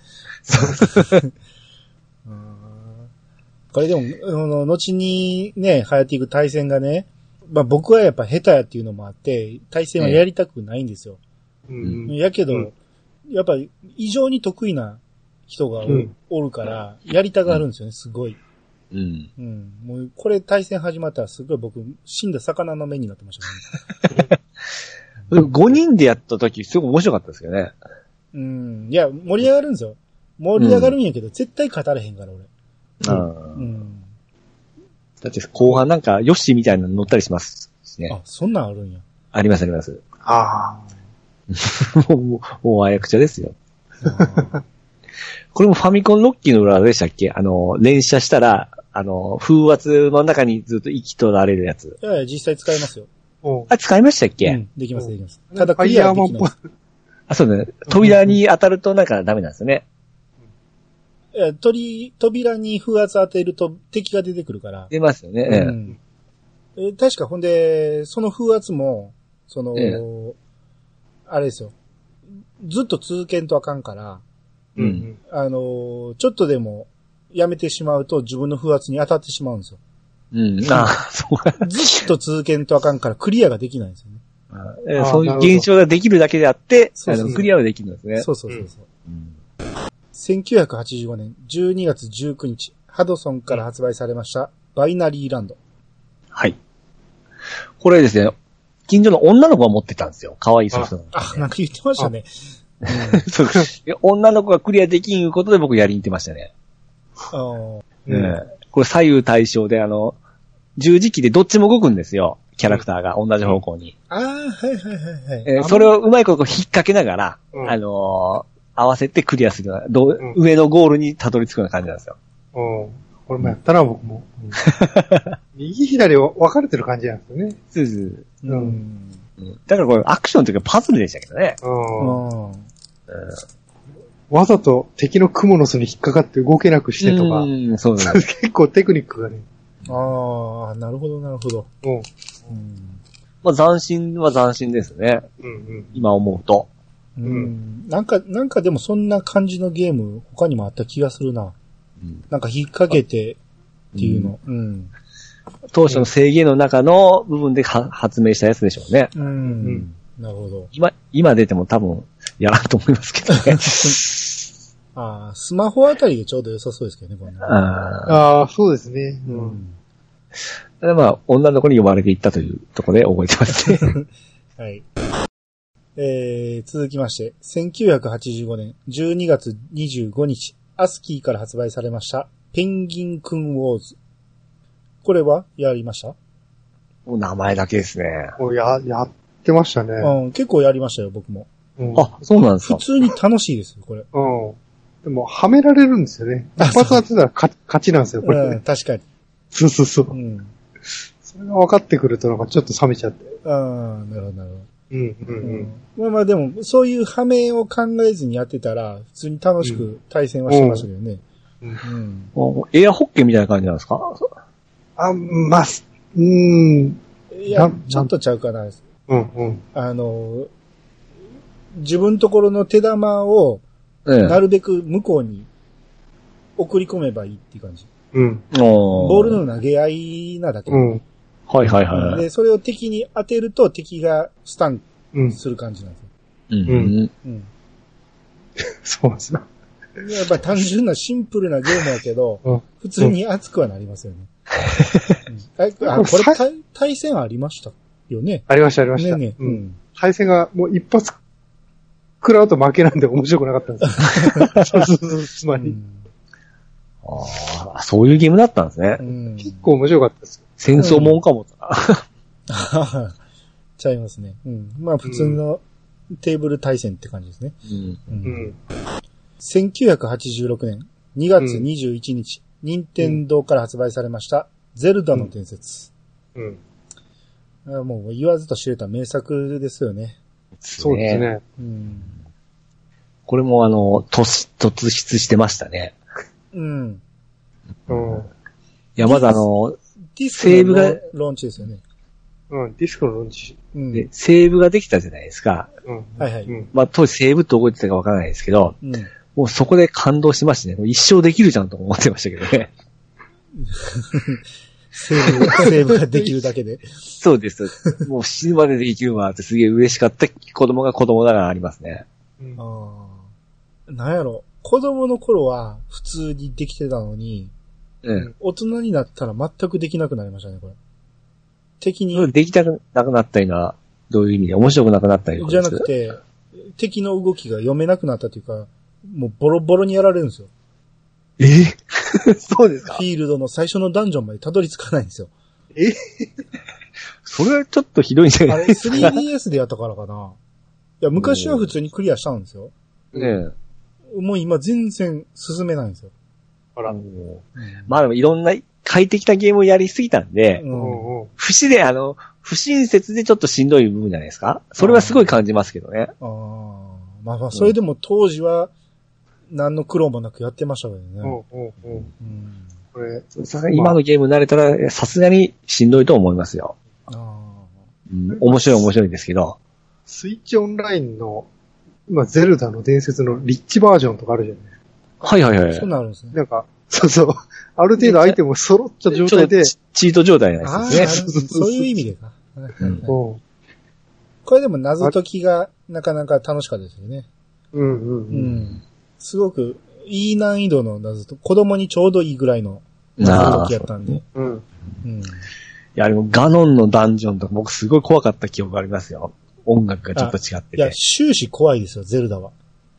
これでも、後にね、流行っていく対戦がね、まあ僕はやっぱ下手やっていうのもあって、対戦はやりたくないんですよ。 うん、 やけど、うん、やっぱ異常に得意な人が お,、うん、おるから、やりたがるんですよね、すごい。 うん。 うん。もう、これ対戦始まったらすごい僕、死んだ魚の目になってましたね。 ごにんでやった時、すごい面白かったですけどね。 うん。いや、盛り上がるんですよ。盛り上がるんやけど、うん、絶対勝たれへんから、俺。 うん。うん。だって後半なんか、ヨッシーみたいなの乗ったりしますしね。 あ、そんなんあるんや。 ありますあります。 ああ。もう、もうあやくちゃですよ。これもファミコンロッキーの裏でしたっけ？あの、連射したら、あの、風圧の中にずっと息取られるやつ。 いやいや、実際使えますよ。 あ、使いましたっけ？ うん、できます、できます。ただクリアはできないです。 あ、そうね。扉に当たるとなんかダメなんですよね。 いや、鳥、扉に風圧当てると敵が出てくるから。 出ますよね。 うん。え、確かほんで、その風圧も、その、ええ、あれですよ。ずっと続けんとあかんから、 うん。 あの、ちょっとでもやめてしまうと自分の風圧に当たってしまうんですよ。 うん。ああ、そうずっと続けんとあかんからクリアができないんですよね。 ああ、そういう現象ができるだけであって、そうそうそう、あのクリアはできるんですね。 そうそうそうそう、うん。せんきゅうひゃくはちじゅうごねんじゅうにがつじゅうくにち、ハドソンから発売されました、バイナリーランド。 はい。これですね、近所の女の子が持ってたんですよ。可愛いソフトなんで、 あ、なんか言ってましたね。 そう女の子がクリアできんことで僕やりに行ってましたね。 あうんうん、これ左右対称であの、十字キーでどっちも動くんですよ。キャラクターが同じ方向に。 ああ、はいはいはいはい。 えー、それをうまいこと引っ掛けながら、うん、あのー、合わせてクリアするような、どう、うん、上のゴールにたどり着くような感じなんですよ。 うん。これもやったな、僕も。うん、右左分かれてる感じなんですよね。 そうそう。うん。だからこれアクションというかパズルでしたけどね。うん。うんわざと敵のクモの巣に引っかかって動けなくしてとか。うん、そうだね。結構テクニックがね。 ああ、なるほどなるほど。うん。うん、 まあ斬新は斬新ですね。うんうん。今思うと。 うん。なんか、なんかでもそんな感じのゲーム他にもあった気がするな。うん、なんか引っ掛けてっていうの。うん。うん、 当初の制限の中の部分で発明したやつでしょうね。うん。うん、なるほど。 今、今出ても多分やらんと思いますけどね。 ああ、スマホあたりでちょうど良さそうですけどね、こんな。 ああ、そうですね。うん。 ただまあ、女の子に呼ばれていったというところで覚えてますね。 はい。えー、続きまして、せんきゅうひゃくはちじゅうごねんじゅうにがつにじゅうごにち、アスキーから発売されました、ペンギンくんウォーズ。これはやりました？ もう名前だけですね。 や、やってましたね。 うん、結構やりましたよ、僕も。 うん、あ、そうなんですか。 普通に楽しいです、これ。 うん。でも、はめられるんですよね。一発当てたら勝ちなんですよ、これ、ね。 うん、確かに。 そうそうそう。うん。それが分かってくると、なんかちょっと冷めちゃって。 ああ、なるほど、なるほど。うん、うん、うん。まあまあでも、そういうはめを考えずにやってたら、普通に楽しく対戦はしてましたけどね。うん。 うんうん、エアホッケーみたいな感じなんですか？ あ、まあ、うーん。 いや、ちょっとちゃうかな。うん、うん。あの、自分のところの手玉を、なるべく向こうに送り込めばいいっていう感じ。うん。ボールの投げ合いなだけ。うん。 はいはいはい。 で、それを敵に当てると敵がスタンする感じなんですよ。うん。うん。うん。 そうですね。 やっぱり単純なシンプルなゲームやけど、うん、普通に熱くはなりますよね。うん、あ、これ対、対戦ありましたよね。 ありましたありました。ねねうん。対戦がもう一発食らうと負けなんで面白くなかったんですよ。そうそうそう、つまり。うん、 ああ、そういうゲームだったんですね。うん、 結構面白かったですよ。 戦争もんかも。 うん、ちゃいますね。うん。まあ普通のテーブル対戦って感じですね。うん。うん、せんきゅうひゃくはちじゅうろくねんにがつにじゅういちにち、うん、任天堂から発売されました、ゼルダの伝説。うん。うん、もう言わずと知れた名作ですよね。 そうですね。うん。 これもあの、突、突出してましたね。うん。うん。いや、まずあの、 ディスクのローンチですよね。 うん、ディスクのローンチ。 うん、で、セーブができたじゃないですか。うん。はいはい。まあ、当時セーブって覚えてたかわからないですけど、うん。もうそこで感動しましたね。一生できるじゃんと思ってましたけどね。 セーブ、セーブができるだけで。 そうです。もう死ぬまでできるわってすげえ嬉しかった子供が子供だからありますね。うん、 ああ。なんやろ。子供の頃は普通にできてたのに、うん、大人になったら全くできなくなりましたね、これ。敵に。 できたくなくなったりな、どういう意味で面白くなくなったりじゃなくて、敵の動きが読めなくなったというか、もうボロボロにやられるんですよ。 えそうですか？ フィールドの最初のダンジョンまでたどり着かないんですよ。 えそれはちょっとひどいんじゃないですか？ あれ スリーディーエス でやったからかな。いや、昔は普通にクリアしたんですよ。ねえ。もう今全然進めないんですよ。 あら。うん、まあでもいろんな快適なゲームをやりすぎたんで、うん、不自然、あの、不親切でちょっとしんどい部分じゃないですか？それはすごい感じますけどね。ああ。 まあまあ、それでも当時は何の苦労もなくやってましたけどね。うんうんうん。うん、 これ、今のゲームに慣れたらさすがにしんどいと思いますよ。ああ、うん。面白い面白いんですけど。 スイッチオンラインの、今、ゼルダの伝説のリッチバージョンとかあるじゃないですか。 はいはいはい。 そうなるんですね。 なんか、そうそう。ある程度アイテム揃った状態で。 チート状態なんですね。 そういう意味でか。うん、これでも謎解きがなかなか楽しかったですよね。うんうんうん。うん、すごくいい難易度の謎解き、子供にちょうどいいぐらいの謎解きやったんで。うん。 うん。いや、でもガノンのダンジョンとか僕すごい怖かった記憶がありますよ。音楽がちょっと違ってて。 いや、終始怖いですよ、ゼルダは。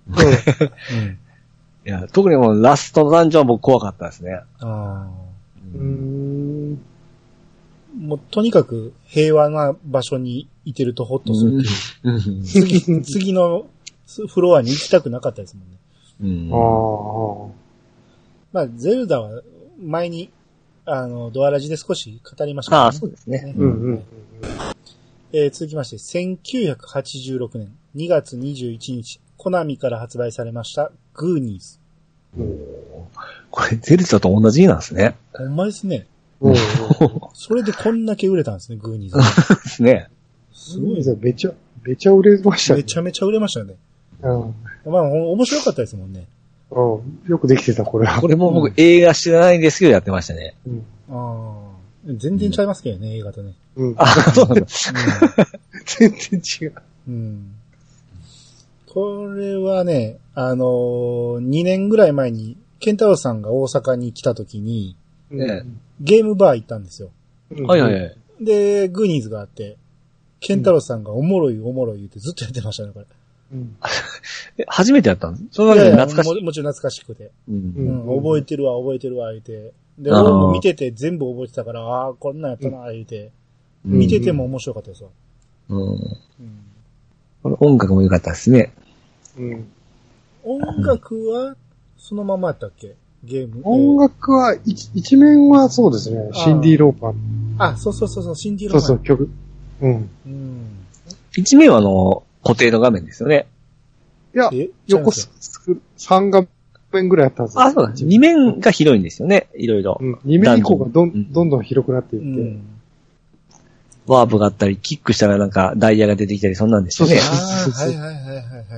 うん。いや、特にもうラストのダンジョンは僕怖かったですね。ああ。 うーん。もうとにかく平和な場所にいてるとホッとするっていう。次、次のフロアに行きたくなかったですもんね。うん。ああ。まあ、ゼルダは前に、あの、ドアラジで少し語りましたね。 ああ、そうですね。うんうん。 えー、続きまして、せんきゅうひゃくはちじゅうろくねんにがつにじゅういちにち、コナミから発売されました、グーニーズ。 おこれ、ゼルダと同じなんですね。 ほんまですね。それでこんだけ売れたんですね、グーニーズ。 ですね。 すごいですね。めちゃ、めちゃ売れましたね。 めちゃめちゃ売れましたね。うん。まあ、面白かったですもんね。 うん。よくできてた、これは。 これも僕、うん、映画知らないんですけどやってましたね。 うん。ああ。全然ちゃいますけどね、うん、映画とね。 うん。あ、そうなんだ。全然違う。 うん。これはね、あのー、にねんぐらい前に、ケンタロウさんが大阪に来た時に、ね、ゲームバー行ったんですよ。 はいはいはい。 で、グーニーズがあって、ケンタロウさんがおもろいおもろい言ってずっとやってましたね、これ。うん、 初めてやったんですそのわけで懐かしい。 も, もちろん懐かしくて、うんうん。覚えてるわ、覚えてるわ、言うて。で、俺も見てて全部覚えてたから、ああ、こんなんやったな、言うて。うん、見てても面白かったですわ。うん。うん、 この音楽も良かったですね。 うん。音楽は、そのままやったっけゲーム。 音楽は一、一面はそうですね。シンディ・ローパー。 あ、そうそうそうそう、シンディ・ローパー。 そうそう、曲。うん。うん。 一面はあの、固定の画面ですよね。 いや、横三画面ぐらいあったはずです。 あ、そうだ。二面が広いんですよね。いろいろ。 うん。二面以降がどん、どんどん広くなっていって。うん、 ワープがあったり、キックしたらなんかダイヤが出てきたり、そんなんですよね。 ああ、はいはいはいはいはい。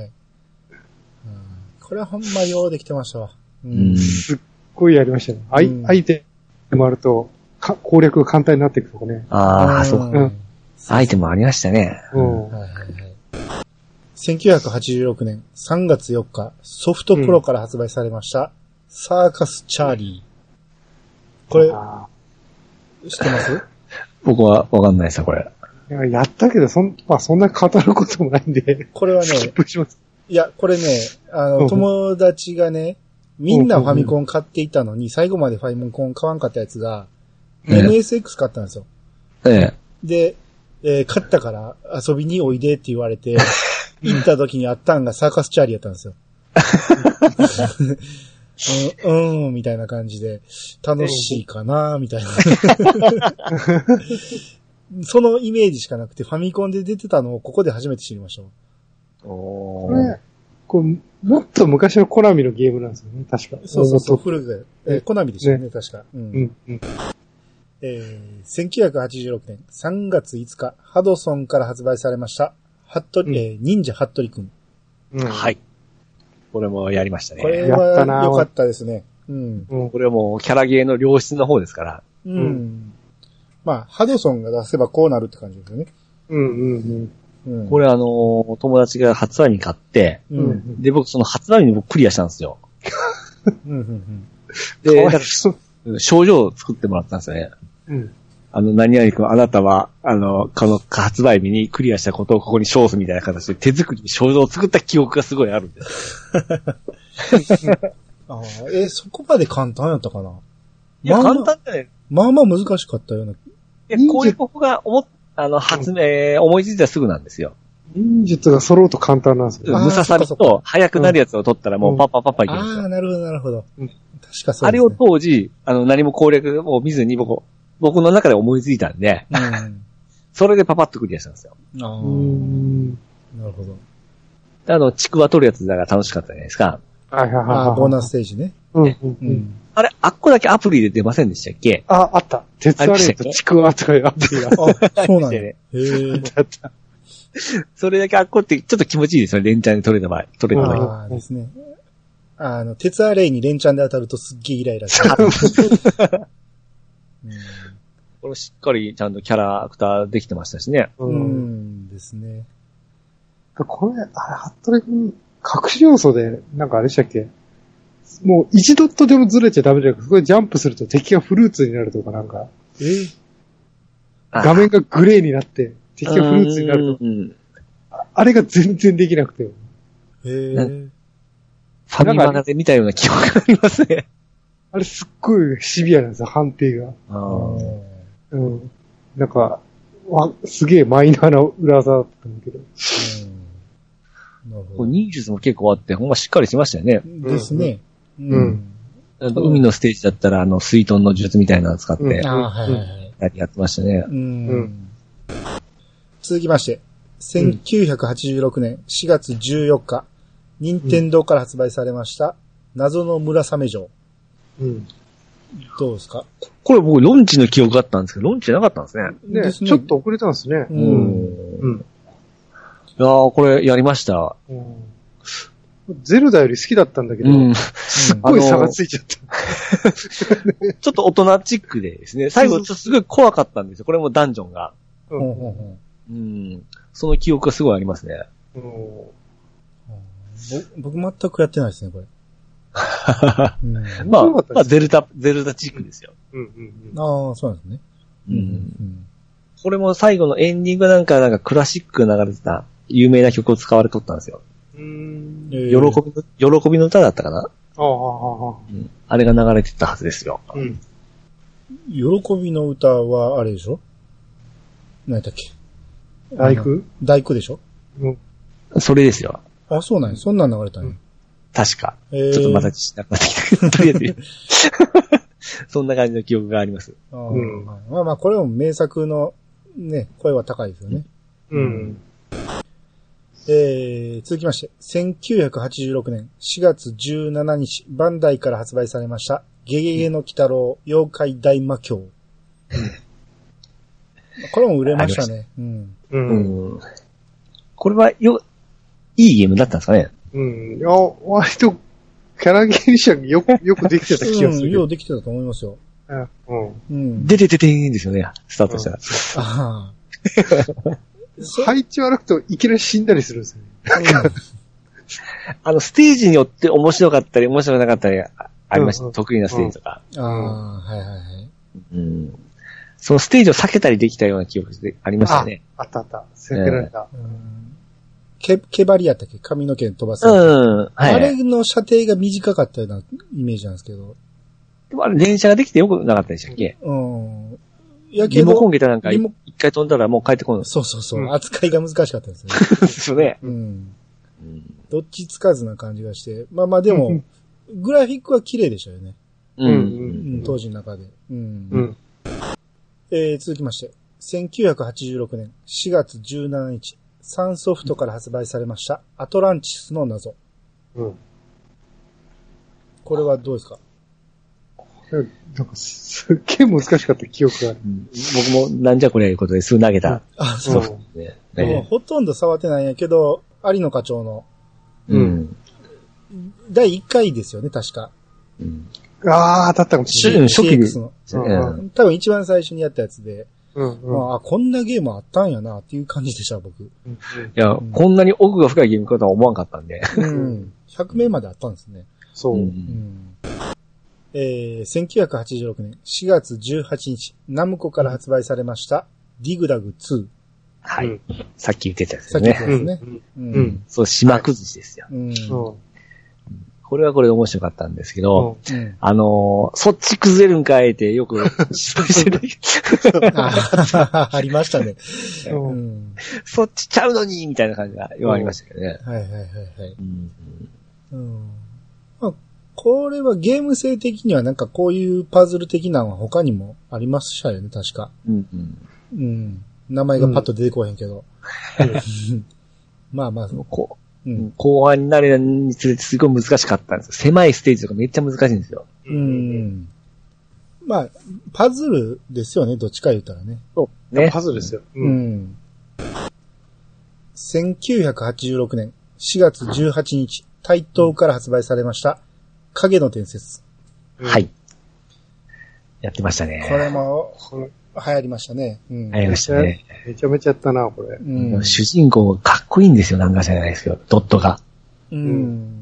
これはほんまようできてましたわ。 うん、すっごいやりましたね。アイ、うん、アイテムあると、か攻略が簡単になっていくとかね。 ああ、そうか、うん。アイテムありましたね。うん。はいはいはい。 せんきゅうひゃくはちじゅうろくねんさんがつよっか、ソフトプロから発売されました、うん、サーカスチャーリー。これ、知ってます僕はわかんないですよ、これ。 いや、やったけど、そん、まあそんな語ることもないんで。 これはね、いや、これね、あの、友達がね、みんなファミコン買っていたのに、最後までファミコン買わんかったやつが、エムエスエックス 買ったんですよ。 ええ。 で、えー、買ったから遊びにおいでって言われて、行った時にあったんがサーカスチャーリーやったんですよ。うん、うん、みたいな感じで、楽しいかなみたいな。そのイメージしかなくて、ファミコンで出てたのをここで初めて知りました。 おー。こうもっと昔のコナミのゲームなんですよね、確か。 そうそうそう、古くで。えー、コナミでしたよね、ね確か。うん。うんうん、えー、せんきゅうひゃくはちじゅうろくねんさんがついつか、ハドソンから発売されました、ハットリ、うん、えー、忍者ハットリくん。 うん。はい。これもやりましたね。 これは良かったですね。うん。 うん、これはもうキャラゲーの良質の方ですから。 うん。うん、まあ、ハドソンが出せばこうなるって感じですよね。 うんうんうん。 うん、これあのー、友達が発売日買って、うん、で、僕その発売日に僕クリアしたんですよ。うんうんうん、で、なんか症状を作ってもらったんですよね。うん、あの、何々君、あなたは、あの、この発売日にクリアしたことをここに証すみたいな形で手作りで症状を作った記憶がすごいあるんです。 あえ、そこまで簡単やったかな？ いや、まあ、簡単じゃない。 まあまあ難しかったような。いや、こういう僕が思っあの、発明、うん、思いついたらすぐなんですよ。 忍術が揃うと簡単なんですよ。 ムササビと、早くなるやつを取ったらもうパッパッパッパいけるんですよ。 ああ、なるほど、なるほど。うん、確かそうですね。 あれを当時、あの、何も攻略を見ずに僕、僕の中で思いついたんで、うん、それでパパッとクリアしたんですよ。ああ、 なるほど。 あの、ちくわ取るやつだから楽しかったじゃないですか。 はいはいはい。ああ、ボーナスステージね。 うんうんうん。 あれ、あっこだけアプリで出ませんでしたっけ？ あ、あった。鉄アレンとちくわとかいうアプリが。 あ、そうなんだね。へぇー。 それだけあっこってちょっと気持ちいいですよね。連チャンで取れた場合。取れた場合。 ああですね。あの、鉄アレイに連チャンで当たるとすっげーイライラする。 うん、これしっかりちゃんとキャラクターできてましたしね。 うん、うんですね。 これ、あれ、ハットリ君、隠し要素で、なんかあれでしたっけ？もう一ドットでもずれちゃダメじゃなくて、そこでジャンプすると敵がフルーツになるとかなんか。えー、画面がグレーになって、敵がフルーツになると。あ, あれが全然できなくて。へーファミマガで見たような記憶がありますね。 あれすっごいシビアなんですよ、判定が。 あうん。なんか、わすげえマイナーな裏技だったんだけど。 うん、なるほど。忍術も結構あって、ほんましっかりしましたよね。 ですね。 うん。うん海のステージだったら、あの、水遁の術みたいなのを使って、うん、 あはいはいはい。 やってましたね。 うん。続きまして、せんきゅうひゃくはちじゅうろくねんしがつじゅうよっか、任天堂から発売されました、謎の村雨城。うん。どうですか？ これ僕、ロンチの記憶があったんですけど、ロンチじゃなかったんですね。 ね、ねちょっと遅れたんですね。 うん。うん。いやー、これやりました。うんゼルダより好きだったんだけど、うん、すっごい差がついちゃった。 ちょっと大人チックでですね、最後ちょっとすごい怖かったんですよ。これもダンジョンが。うん。うん、その記憶がすごいありますね。うん、 僕全くやってないですね、これ。 うん、まあ、まあ、ゼルダ、ゼルダチックですよ。 うんうんうん、ああ、そうなんですね。うんうん。 これも最後のエンディングなんか、なんかクラシック流れてた有名な曲を使われとったんですよ。うん、喜びの、喜びの歌だったかな、ああ、うん、あれが流れてたはずですよ。うん。 喜びの歌はあれでしょ？何だっけ？ 大工？ 大工でしょ？ うん。それですよ。 あ、そうなんや。そんなん流れたんや。うん、 確か。えー、ちょっとまたしなくなってきたけど、とりあえず。そんな感じの記憶があります。あうん、まあまあ、これも名作のね、声は高いですよね。うん。うんえー、続きまして、せんきゅうひゃくはちじゅうろくねんしがつじゅうしちにち、バンダイから発売されました、ゲゲゲの鬼太郎、妖怪大魔教。これも売れましたね。うん。うん。 これはよ、いいゲームだったんですかね？ うん。いや、割と、キャラゲーにしてはよく、よくできてた気がする。 うん、よくできてたと思いますよ。うん。 うん。でてててーんですよね、スタートしたら。ああ。配置悪くといきなり死んだりするんですよね。うん、 あの、ステージによって面白かったり面白くなかったりありました。うんうん、得意なステージとか。うん、ああ、はいはいはい。うん。そのステージを避けたりできたような記憶でありましたね。 あ、あったあった。避けられた。うん、 け、毛針やったっけ？髪の毛飛ばす。うん。はい。あれの射程が短かったようなイメージなんですけど。 でもあれ連射ができてよくなかったでしたっけ？うん。やけどリモコンゲタなんか一回飛んだらもう帰ってこない。 そうそうそう。うん、扱いが難しかったですよね。 ですよね。うん。 どっちつかずな感じがして。まあまあでも、グラフィックは綺麗でしたよね。うん。うん、当時の中で。うん。うん、えー、続きまして。せんきゅうひゃくはちじゅうろくねんしがつじゅうしちにち、サンソフトから発売されました、アトランティスの謎。うん。これはどうですか？ なんかすっげえ難しかった記憶がある。うん、 僕もなんじゃこれいうことですぐ投げた。うん、 あ、そう。ねね、ほとんど触ってないんやけど、有野課長の。うん。だいいっかいですよね、確か。 うん。ああ、だったかもしれない。 初期の、うん。多分一番最初にやったやつで。うんうん、あ、こんなゲームあったんやなっていう感じでした、僕。いや、うん、こんなに奥が深いゲームかとは思わんかったんで。 うん。ひゃくめいまであったんですね。そう。うんうんえー、せんきゅうひゃくはちじゅうろくねんしがつじゅうはちにち、ナムコから発売されました、ディグダグツー。 はい。うん、さっき言ってたやつですね。さっき言ってたやつね。うん。うん、そう、島崩しですよ。はい、うん。これはこれで面白かったんですけど、うん、あのー、そっち崩れるんかいってよく失敗してる。 あ, ありましたね、 うん。そっちちゃうのにみたいな感じがよくありましたけどね。はいはいはいはい。うんうんまあ、これはゲーム性的にはなんかこういうパズル的なのは他にもありましたよね、確か。うんうんうん、名前がパッと出てこへんけど。うん、まあまあ、 こう、うん、後半になるにつれてすごい難しかったんですよ。狭いステージとかめっちゃ難しいんですよ。うん。 まあ、パズルですよね、どっちか言ったらね。 そうね。パズルですよ。うん。うん、 せんきゅうひゃくはちじゅうろくねんしがつじゅうはちにち、台東から発売されました、影の伝説。 はい。やってましたね。 これも、流行りましたね。 うん、流行りましたね。 めちゃめちゃやったな、これ。 うん、主人公かっこいいんですよ、なんかじゃないですけど、ドットが。うん。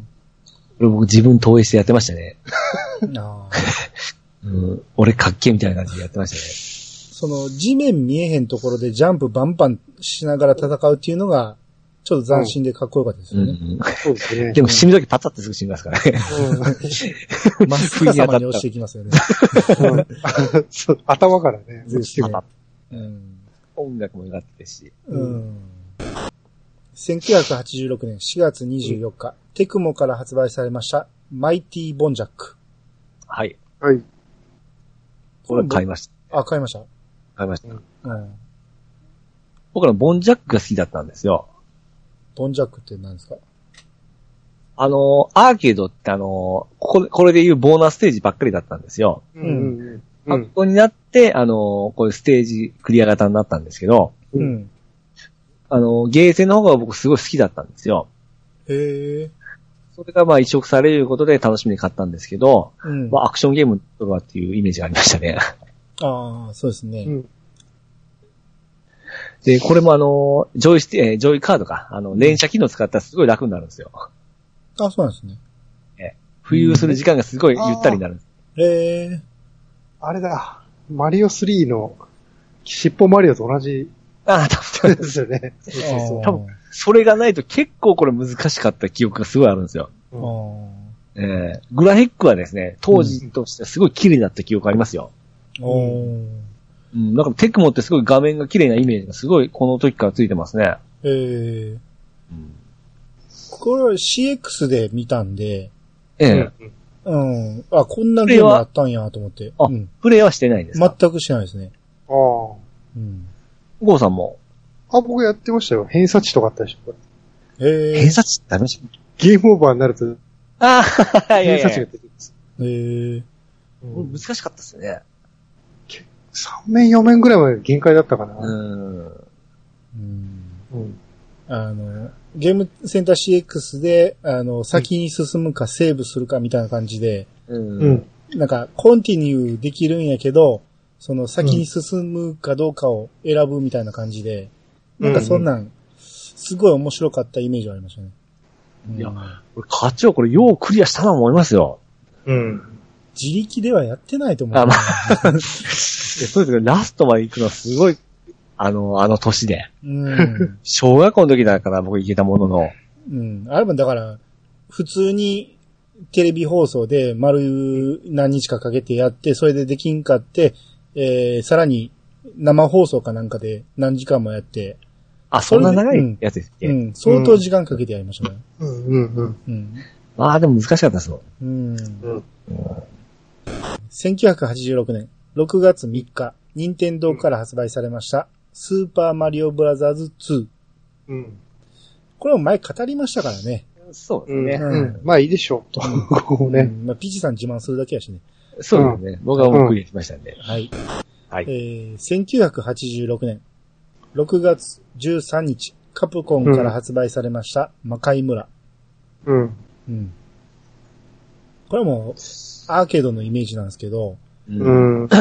僕自分投影してやってましたね。あうん、俺かっけえみたいな感じでやってましたね。 その地面見えへんところでジャンプバンバンしながら戦うっていうのがちょっと斬新でかっこよかったですよね。うんうん、 そうですね。 でも死ぬときパタってすぐ死にますからね。 うん。まっすぐさまに押していきますよね。 うん、そう頭からね。 パタッ。うん。音楽も良かったですし。 うん。せんきゅうひゃくはちじゅうろくねんしがつにじゅうよっか、うん、テクモから発売されました、マイティボンジャック。 はい。 はい。 これ買いました。 あ、買いました。 買いました。うん。僕らボンジャックが好きだったんですよ。 ボンジャックって何ですか？ あの、アーケードってあの、ここ、これでいうボーナスステージばっかりだったんですよ。 うん。 うん。発行になって、あの、こういうステージクリア型になったんですけど、 うん。 あの、ゲーセンの方が僕すごい好きだったんですよ。 へえ。 それがまあ移植されることで楽しみに買ったんですけど、 うん、 まあアクションゲームとかっていうイメージがありましたね。 ああ、そうですね。うん、 で、これもあの、ジョイステ、えー、ジョイカードか、あの、連射機能使ったらすごい楽になるんですよ。 あ、そうなんですね。 えー、浮遊する時間がすごいゆったりになるんです。 へえ。 あれだ、マリオスリーの尻尾マリオと同じ。 ああ、多分ですよね。そうそうそう。多分、それがないと結構これ難しかった記憶がすごいあるんですよ。 うん、 えー、グラフィックはですね、当時としてはすごい綺麗になった記憶ありますよ。 うん。 うん、なんかテクモってすごい画面が綺麗なイメージがすごいこの時からついてますね。 へえー。うん。これは シーエックス で見たんで、 ええ。 うん。あ、こんなゲームあったんやと思って。 あ、うん、プレイはしてないんですか？ 全くしてないですね。 ああ。 うん。 ゴーさんも。 あ、僕やってましたよ。偏差値とかあったでしょ、これ。へえ。 偏差値ってありました？ ゲームオーバーになると。 ああ、いやいやいや。 偏差値が出てきます。 へえ。 うん、難しかったですよね。 さん面よん面ぐらいまで限界だったかな。 うん。うん。 うん。あの、ゲームセンター シーエックス で、あの、先に進むかセーブするかみたいな感じで、 うん。 なんか、コンティニューできるんやけど、その先に進むかどうかを選ぶみたいな感じで、うん、なんかそんなん、すごい面白かったイメージがありましたね。 いや、これ、課長これようクリアしたと思いますよ。 うん。 自力ではやってないと思う。 あ、まあ、そうですけど、ラストまで行くのはすごい、あの、あの年で。 うん。 小学校の時だから僕行けたものの。 うん。あれもだから、普通にテレビ放送で丸何日かかけてやって、それでできんかって、えー、さらに生放送かなんかで何時間もやって。 あ、そんな長いやつですっけ？ うん。うん。相当時間かけてやりましたね。 うん、うん、うん。 うん。ああ、でも難しかったですよ。 うん。うん。せんきゅうひゃくはちじゅうろくねんろくがつみっか、任天堂から発売されました、スーパーマリオブラザーズツー。 うん。 これも前語りましたからね。 そうですね。 うん。うん、まあいいでしょう、と。ここね。うん、まあ、ピチさん自慢するだけやしね。 そうですね。うん、僕はもうクリアしましたんで。 はい。 はい。 えー、せんきゅうひゃくはちじゅうろくねんろくがつじゅうさんにち、カプコンから発売されました、魔界村。 うん。 うん。これも、アーケードのイメージなんですけど。 うん。うん。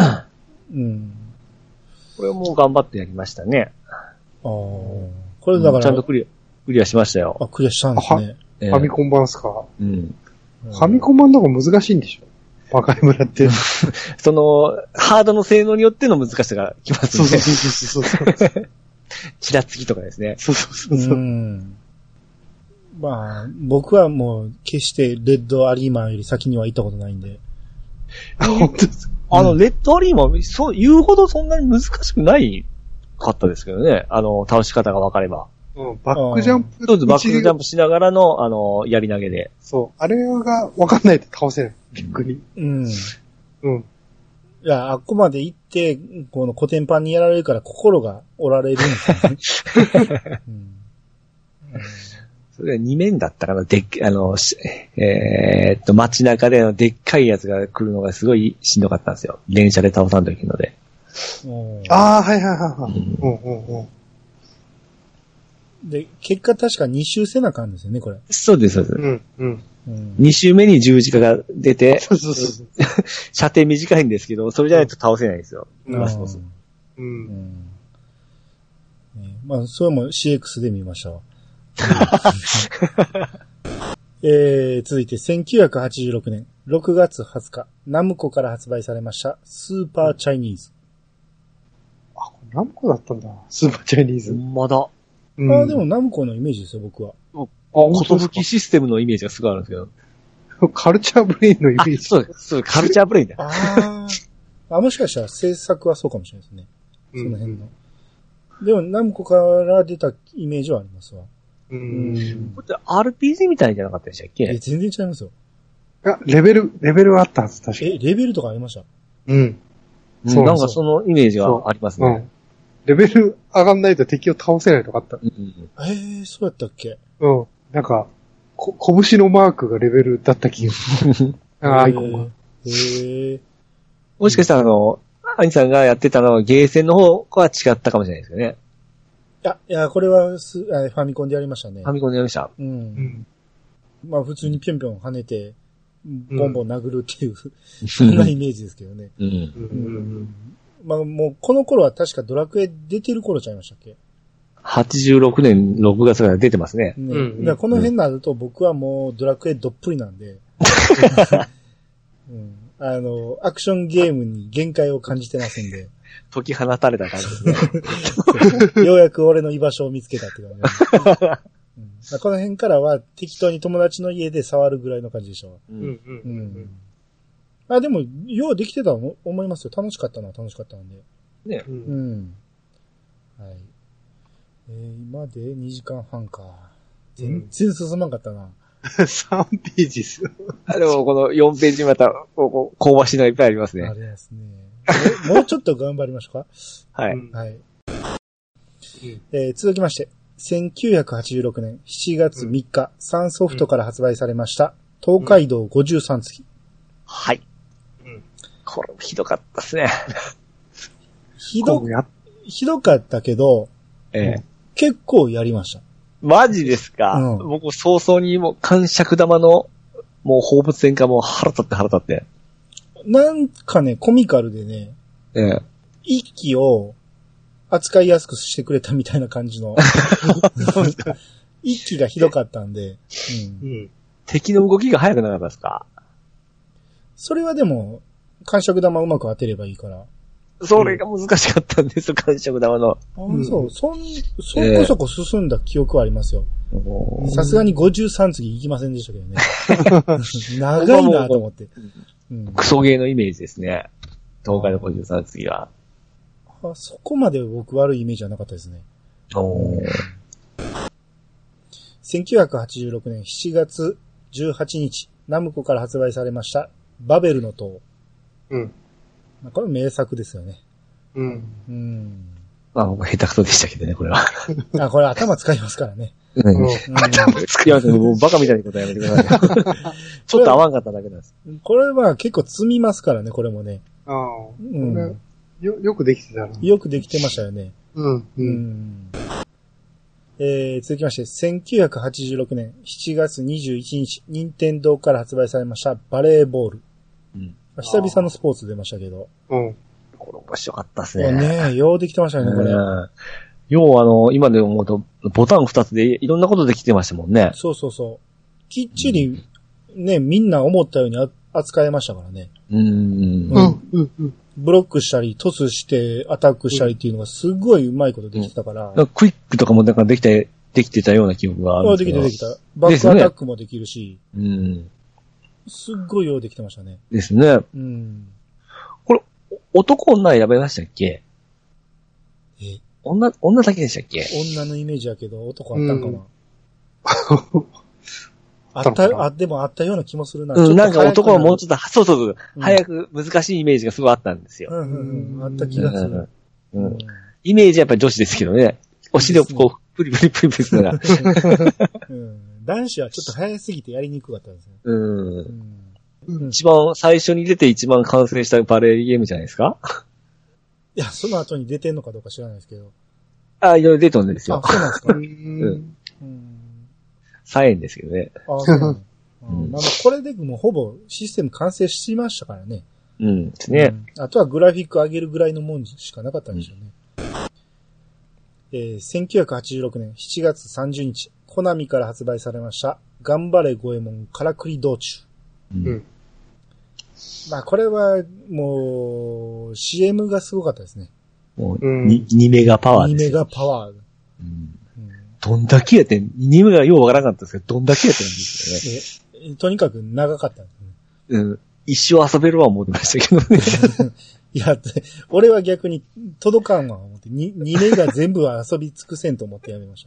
これも頑張ってやりましたね。 ああ。これだから、うん、 ちゃんとクリア、クリアしましたよ。 あ、クリアしたんですね。 ファミコン版ですか？ うん。 ファミコン版の方が難しいんでしょ？魔界村って。 その、ハードの性能によっての難しさがきますね。 そうそうそうそう。 ちらつきとかですね。 そうそうそうそう。うんまあ、僕はもう、決してレッドアリーマンより先には行ったことないんで。 本当ですか？ あの、レッドアリーマン、そう、言うほどそんなに難しくないかったですけどね。あの、倒し方が分かれば。 うん、バックジャンプ。 そうです、バックジャンプしながらの、あの、やり投げで。 そう。あれが分かんないと倒せない。逆に。 うん。 うん。 いや、あっこまで行って、このコテンパンにやられるから心が折られるんですよね。うん。 それがに面だったかな、でっあの、えー、っと、街中でのでっかいやつが来るのがすごいしんどかったんですよ。電車で倒さんといけないので。 ああ、はいはいはいはい。うんうんうん。 で、結果確かに周せなあかんですよね、これ。 そうです、そうです。 うんうんうん、に周目に十字架が出て、 そうそうそう。 射程短いんですけど、それじゃないと倒せないんですよ。 うん。 ラスボス。 うん。うんね、まあ、それも シーエックス で見ましたわ。えー、続いてせんきゅうひゃくはちじゅうろくねんろくがつはつか、ナムコから発売されましたスーパーチャイニーズ。 あ、これナムコだったんだ。スーパーチャイニーズ。 まだ。 うん、ああ、でもナムコのイメージですよ、僕は。 あ、ことぶきシステムのイメージがすごいあるんですけど。 カルチャーブレインのイメージ。 そうです。そうです。カルチャーブレインだ。 ああ。もしかしたら制作はそうかもしれないですね。その辺の。うん、でも、ナムコから出たイメージはありますわ。 うん。 これって アールピージー みたいじゃなかったでしたっけ？ え、全然違いますよ。 あ、レベル、レベルはあったはず、確かに。 え、レベルとかありました？ うん。 そう、なんかそのイメージがありますね。うん。 レベル上がんないと敵を倒せないとかあった。うんうん、えー、そうやったっけ？ うん。なんか、こ、拳のマークがレベルだった気がする。あアイコンが。へー。 もしかしたらあの、アニさんがやってたのはゲーセンの方は違ったかもしれないですよね。 いや、いや、これはスファミコンでやりましたね。 ファミコンでやりました。 うん。うん、まあ普通にぴょんぴょん跳ねて、ボンボン殴るっていう、うん、そんなイメージですけどね。うん。うん、まあもうこの頃は確かドラクエ出てる頃ちゃいましたっけ？ はちじゅうろくねんろくがつから出てますね。 ね、うん、この辺になると僕はもうドラクエどっぷりなんで、うん、あの、アクションゲームに限界を感じてますんで。 解き放たれた感じですね。 ようやく俺の居場所を見つけたって感じ、うん。この辺からは適当に友達の家で触るぐらいの感じでしょ。うんうんうんうん、あ、でも、ようできてたと思いますよ。楽しかったのは楽しかったんで。 ね。 うん。はい。えー、今でにじかんはんか。全然進まんかったな。 さんページっすよ。 あ、でもこのよんページまた、こう、香ばしいのいっぱいありますね。 ありますね。もうちょっと頑張りましょうか。 はい。 はい。えー、続きまして、せんきゅうひゃくはちじゅうろくねんしちがつみっか、うん、サンソフトから発売されました、東海道ごじゅうさん次。 はい。うん。これひどかったですね。 ひど、ひどかったけど、 ええ、 結構やりました。 マジですか、うん、僕早々にもう感触玉のもう放物線がもう腹立って腹立って。 なんかね、コミカルでね、 ええ、 一気を扱いやすくしてくれたみたいな感じの。一気がひどかったんで、 うんうん。敵の動きが速くなかったですか？ それはでも、感触玉うまく当てればいいから。 それが難しかったんですよ、感触玉の。 あ、そう、そん、そこそこ進んだ記憶はありますよ。さすがにごじゅうさん次行きませんでしたけどね。長いなと思って。 うん、クソゲーのイメージですね。東海のごじゅうさん次は。 あ、そこまで僕悪いイメージはなかったですね。 おせんきゅうひゃくはちじゅうろくねんしちがつじゅうはちにち、ナムコから発売されました、バベルの塔。 うん。 これ名作ですよね。 うん。 うん。 まあ僕下手くそでしたけどね、これは。 あ、これ頭使いますからね。 うん。頭使いますね。もうバカみたいなことやめてください。ちょっと合わんかっただけなんです。 これは結構積みますからね、これもね。 ああ。うん。よ、よくできてたな。 よくできてましたよね。 うん。 うん。えー、続きまして、せんきゅうひゃくはちじゅうろくねんしちがつにじゅういちにち、任天堂から発売されましたバレーボール。 うん。 久々のスポーツ出ましたけど。 うん。 これ面白かったですね。 ねえ、ようできてましたよね、これ。 要はあの、今で思うと、ボタン二つでいろんなことできてましたもんね。 そうそうそう。きっちり、ね、みんな思ったように扱えましたからね。 うーん。 うん。うん。 ブロックしたり、トスしてアタックしたりっていうのがすごいうまいことできてたから。 うん、クイックとかもなんかできて、できてたような記憶があるんですけど。 できてできた。バックアタックもできるし。 ね、うん。 すっごいようできてましたね。 ですね。 うん。 これ、男女選べましたっけ？ え女、女だけでしたっけ？ 女のイメージやけど、男あったんかな、うん、あった、あ、でもあったような気もするな。 うん、なんか男はもうちょっと、そうそうそう、うん、早く難しいイメージがすごいあったんですよ。 うんうんうん、あった気がする。 うん。うん、イメージはやっぱり女子ですけどね。お尻をこう、プリプリプリプリするのが。 うん。男子はちょっと早すぎてやりにくかったんですね。 うん。うん、一番、最初に出て一番完成したバレーゲームじゃないですか？ いや、その後に出てんのかどうか知らないですけど。 あ、いろいろ出てるんですよ。 あ、そうなんですか？ うん。さんえんですけどね。 あ、そうなんうんまあ、これでもうほぼシステム完成しましたからね。 うんですね、 うん。あとはグラフィック上げるぐらいのもんしかなかったんでしょうね。うん、えー、せんきゅうひゃくはちじゅうろくねんしちがつさんじゅうにち、コナミから発売されました、頑張れゴエモンからくり道中。 うん。 まあこれはもう シーエム がすごかったですね。 もう 2, 2メガパワーです。 にメガパワー。 うん、 どんだけやってん、にねんめがようわからなかったんですけど、どんだけやってんですよね。とにかく長かったんですね。 うん。一生遊べるわ思ってましたけどね。 いや、俺は逆に届かんわ思って、に、にねんが全部は遊び尽くせんと思ってやめました。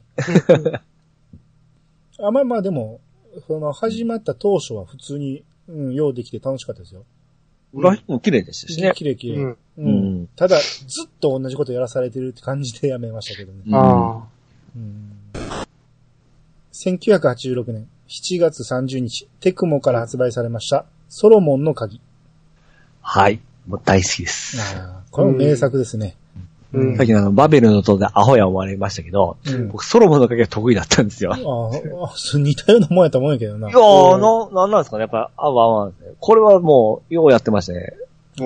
あ、まあまあでも、その始まった当初は普通に、うん、ようできて楽しかったですよ。 裏も綺麗でしたしね。 綺麗綺麗。うんうん。ただ、ずっと同じことやらされてるって感じでやめましたけどね。 ああ。 うん、せんきゅうひゃくはちじゅうろくねんしちがつさんじゅうにち、テクモから発売されました、ソロモンの鍵。 はい。もう大好きです。 ああ、これも名作ですね。 うん、さっきのあの、バベルの塔でアホや思われましたけど、うん、僕ソロモンの鍵が得意だったんですよ。 ああ、似たようなもんやったもんやけどな。 いやー、な、なんなんですかね。やっぱ、あわあわ、これはもう、ようやってましたね。 うん。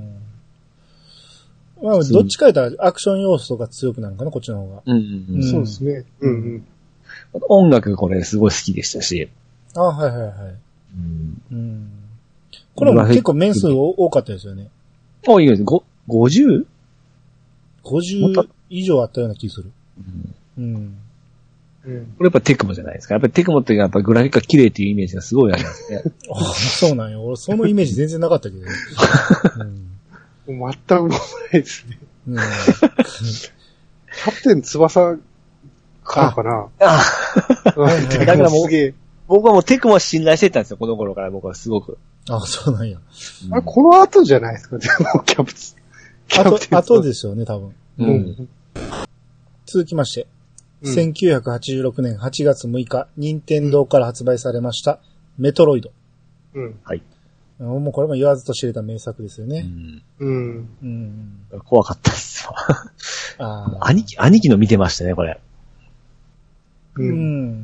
まあ、どっちかやったらアクション要素が強くなるのかな、こっちの方が。 うんうんうん。そうですね。うんうん。 音楽これすごい好きでしたし。 ああ、はいはいはい。うん。うん、これも結構面数多かったですよね。 あ、いいです。ご、ごじゅう? ごじゅう以上あったような気する。うん。うん。 うん、これやっぱテクモじゃないですか。やっぱりテクモっていうのはやっぱグラフィックが綺麗っていうイメージがすごいありますね。 ああ、そうなんよ。俺そのイメージ全然なかったけどね。 うん、もう全く思わないですね。うん、キャプテン翼からかな。ああ。だからもう、僕はもうテクモは信頼してたんですよ、この頃から僕はすごく。 ああ、そうなんや。 うん、あれ、この後じゃないですか、でもキャプツ。 あと、あとですよね、多分。うん。続きまして、うん、せんきゅうひゃくはちじゅうろくねんはちがつむいか、任天堂から発売されました、メトロイド。 うん。はい。 もうこれも言わずと知れた名作ですよね。 うん。 うん。怖かったっすわ。あ兄貴、兄貴の見てましたね、これ。 うん。うん、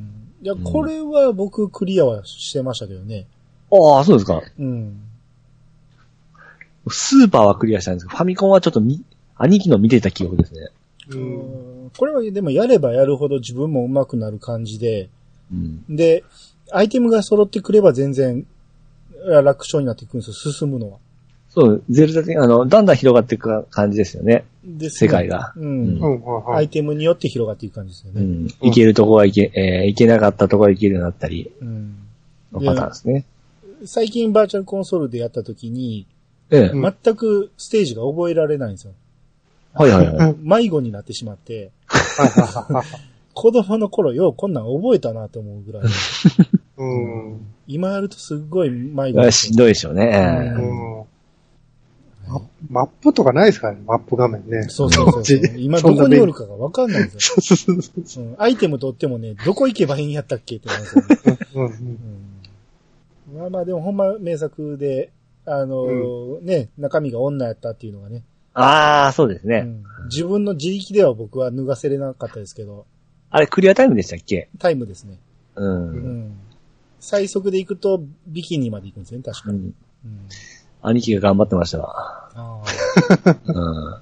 いや、これは僕クリアはしてましたけどね。 ああ、そうですか。 うん。 スーパーはクリアしたんですけど、ファミコンはちょっとみ、兄貴の見てた記憶ですね。 うん。これはでもやればやるほど自分も上手くなる感じで、うん、で、アイテムが揃ってくれば全然楽勝になっていくんですよ、進むのは。 そう、ゼルダ的に、あの、だんだん広がっていく感じですよね。ですね。世界が。 うん。うん、アイテムによって広がっていく感じですよね。 うん。行けるとこは行け、えー、行けなかったとこは行けるようになったり。うん。のパターンですね。 最近バーチャルコンソールでやった時に、ええ、全くステージが覚えられないんですよ。 はいはいはい。 迷子になってしまって、子供の頃ようこんなん覚えたなと思うぐらい。うん、今やるとすっごい迷子。 しんどいでしょうね。 うん、マップとかないですからね、マップ画面ね。 そうそうそうそう。今どこにおるかがわかんないんですよ。うん、アイテム取ってもね、どこ行けばいいんやったっけってなるんですよね。うんうん、まあまあでもほんま名作で、あのーうん、ね、中身が女やったっていうのがね。 ああ、そうですね、うん。 自分の自力では僕は脱がせれなかったですけど。 あれ、クリアタイムでしたっけ？ タイムですね。 うん。うん、最速で行くと、ビキニまで行くんですね、確かに。うんうん、 兄貴が頑張ってましたわ。あうん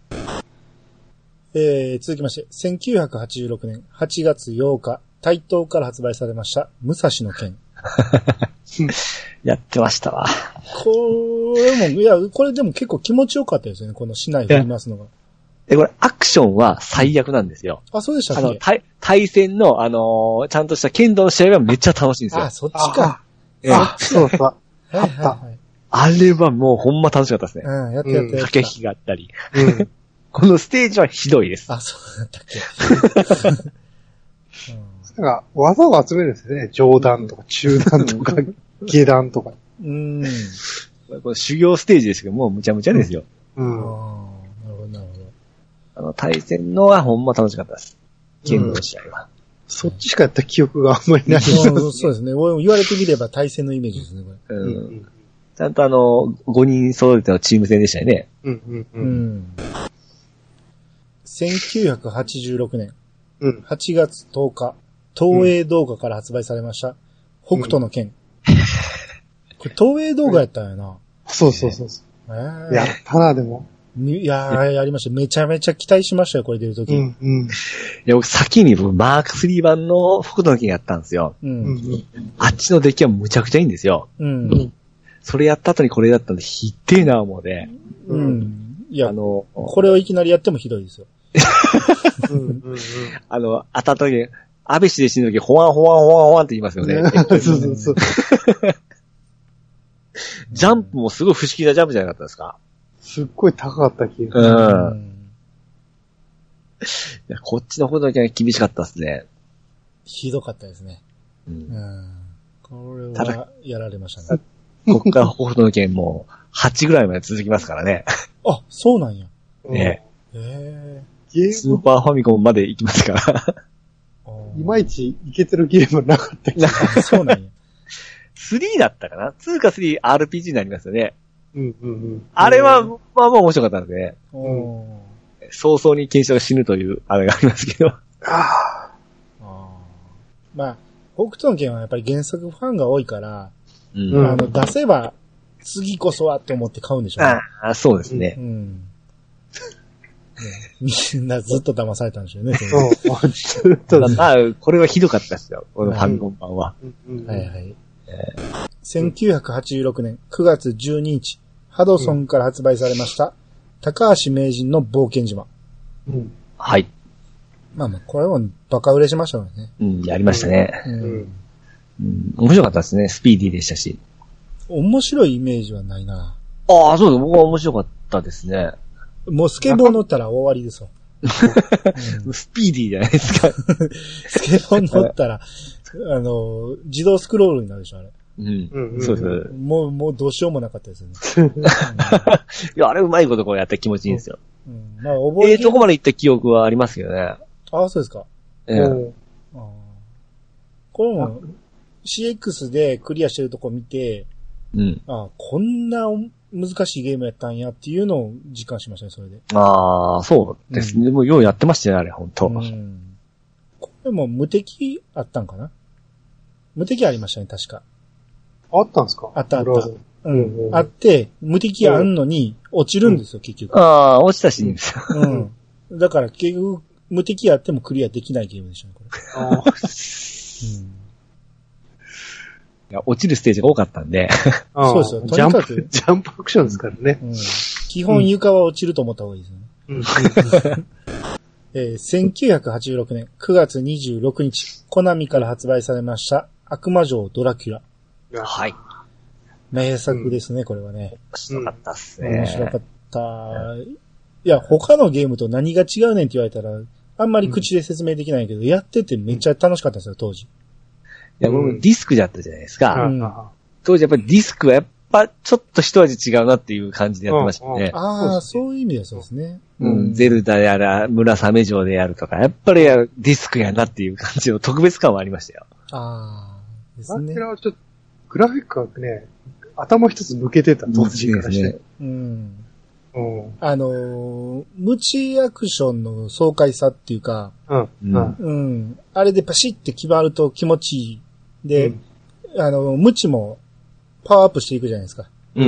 えー、続きまして、せんきゅうひゃくはちじゅうろくねんはちがつようか、台東から発売されました、武蔵の剣。 やってましたわ。 これも、いや、これでも結構気持ちよかったですよね、この市内振りますのが。 え、これ、アクションは最悪なんですよ。 あ、そうでしたっけ？ あの、対、対戦の、あのー、ちゃんとした剣道の試合がめっちゃ楽しいんですよ。 あ、そっちか。 あ、そうそう。 はいはいはい。 あれはもうほんま楽しかったですね。 うん、やってやって。 駆け引きがあったり。うん。このステージはひどいです。 あ、そうだったっけ。 なんか、技を集めるんですよね。上段とか、中段とか、下段とか。 うん。 これ修行ステージですけど、もうむちゃむちゃですよ。 うん。うん、なるほど、なるほど。 あの、対戦のはほんま楽しかったです。剣道の試合は、うん。 そっちしかやった記憶があんまりない。 そうそうですね。言われてみれば対戦のイメージですね、これ。うん。 うん、ちゃんとあの、ごにん揃えてのチーム戦でしたよね。 うんうんうん。うん、 せんきゅうひゃくはちじゅうろくねん、うん、はちがつとおか、東映動画から発売されました、北斗の拳。うん、これ東映動画やったんやな。 そうそうそうそう、えー。やったな、でも。 いやー、やりました。めちゃめちゃ期待しましたよ、これ出るとき。 うんうん。いや、僕先に僕マークスリー版の北斗の拳やったんですよ。うん。あっちの出来はむちゃくちゃいいんですよ。うん。それやった後にこれだったんで、ひってえな、思うで。 うん。いや、あの、これをいきなりやってもひどいですよ。 あの、当たった時、安倍氏で死ぬ時、ほわんほわんほわんほわんって言いますよね。 そうそうそう。 ジャンプもすごい不思議なジャンプじゃなかったですか？ すっごい高かった気がする。うん。いや、こっちの方だけは厳しかったですね。 ひどかったですね。 うん。うん、 これは、やられましたね。 ここから北斗の拳も、はちぐらいまで続きますからね。 あ、そうなんや。 ねえ。 へー。スーパーファミコンまで行きますから。 いまいちいけてるゲームなかったっけ？ そうなんや。 スリーだったかな ?ツー かスリー アールピージー になりますよね。 うんうんうん。 あれは、まあまあ面白かったんですね。 うん。 早々にケンシロウが死ぬという、あれがありますけど。ああ。まあ、北斗の拳はやっぱり原作ファンが多いから、うん、あの、出せば、次こそはって思って買うんでしょうね。 ああ、そうですね。 うん。ね、みんなずっと騙されたんでしょうね。 そう。ずっと。 まあ、これはひどかったですよ。このファミコン版は。 はいはい。えー、せんきゅうひゃくはちじゅうろくねんくがつじゅうににち、ハドソンから発売されました、うん、高橋名人の冒険島。 うん、はい。 まあまあ、これもバカ売れしましたよね。 うん、やりましたね。うん。うん、面白かったですね。スピーディーでしたし。 面白いイメージはないな。 ああ、そうです。僕は面白かったですね。 もうスケボー乗ったら終わりですよ。 うん、スピーディーじゃないですか。 スケボー乗ったら、あの、自動スクロールになるでしょ、あれ。 うん。そうです。 もう、もうどうしようもなかったですよね。うん、いや、あれうまいことこうやって気持ちいいんですよ。 うん。まあ、覚ええー、とこまで行った記憶はありますけどね。ああ、そうですか。 ええー。 あこれも、シーエックス でクリアしてるとこ見て、 うん。 あこんな難しいゲームやったんやっていうのを実感しましたね、それで。 ああ、そうですね。うん、もうようやってましたね、あれ、本当。うん。 これも無敵あったんかな？無敵ありましたね、確か。 あったんですか？ あったあった。うん。あって、無敵あんのに落ちるんですよ、うん、結局。 ああ、落ちたしいいんですよ。 うん。だから結局、無敵あってもクリアできないゲームでしょうね、これ。ああ。うん。 いや、落ちるステージが多かったんで。 そうですよ。とにかく。 ジャンプアクションですからね。 うん、基本床は落ちると思った方がいいですよね。うんえー、せんきゅうひゃくはちじゅうろくねんくがつにじゅうろくにち、コナミから発売されました悪魔城ドラキュラ。 はい。 名作ですね、うん、これはね。 面白かったっすね。 面白かった。いや、他のゲームと何が違うねんって言われたら、あんまり口で説明できないけど、うん、やっててめっちゃ楽しかったんですよ、当時。 いや、僕、ディスクだったじゃないですか。 うん、 当時やっぱりディスクはやっぱちょっと一味違うなっていう感じでやってましたね。 うん、ああ、そういう意味ではそうですね。 うん。ゼルダやら、村雨城でやるとか、やっぱりディスクやなっていう感じの特別感はありましたよ。 ああ、ですね。 こちらはちょっと、グラフィックがね、頭一つ抜けてた当時からして。ね、 うん。うん。あのー、無知アクションの爽快さっていうか、 うん。 うん。うん。あれでパシッて決まると気持ちいい。で、うん、あの、無知もパワーアップしていくじゃないですか。 うん、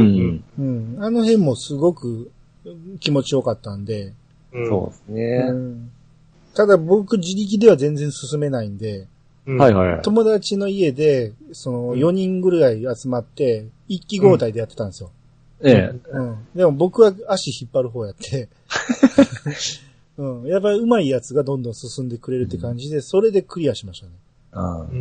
うん。うん。あの辺もすごく気持ちよかったんで。 うん、そうですね、うん。 ただ僕自力では全然進めないんで、 うん、はいはいはい。 友達の家で、そのよにんぐらい集まって、一気交代でやってたんですよ。 うん、ええ。 うん。でも僕は足引っ張る方やって、うん。やっぱり上手いやつがどんどん進んでくれるって感じで、それでクリアしましたね。 あうん。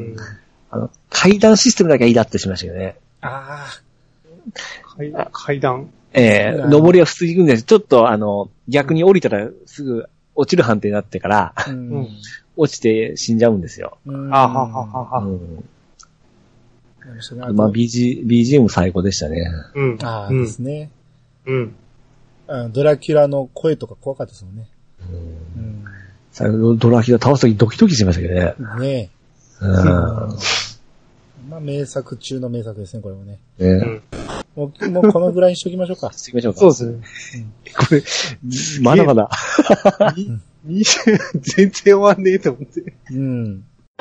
あの、階段システムだけはイラッとしましたけどね。 ああ。階段ええー、上りは普通に行くんです。ちょっとあの、逆に降りたらすぐ落ちる判定になってから、うん、落ちて死んじゃうんですよ。 あはははは。うん、 まあ、ビージー、ビージーエム 最高でしたね。 うん。ああ、ですね。 うん。 あドラキュラの声とか怖かったですもんね。 うん。うん、最後ドラキュラ倒すときドキドキしましたけどね。 ねえ。 うん。 まあ、名作中の名作ですね、これもね。 ね、うん、 もう、もうこのぐらいにしときましょうか。 しときましょうか。 そうですね。 うん、これ、まだまだ。 にじゅう、全然終わんねえと思って。 うん。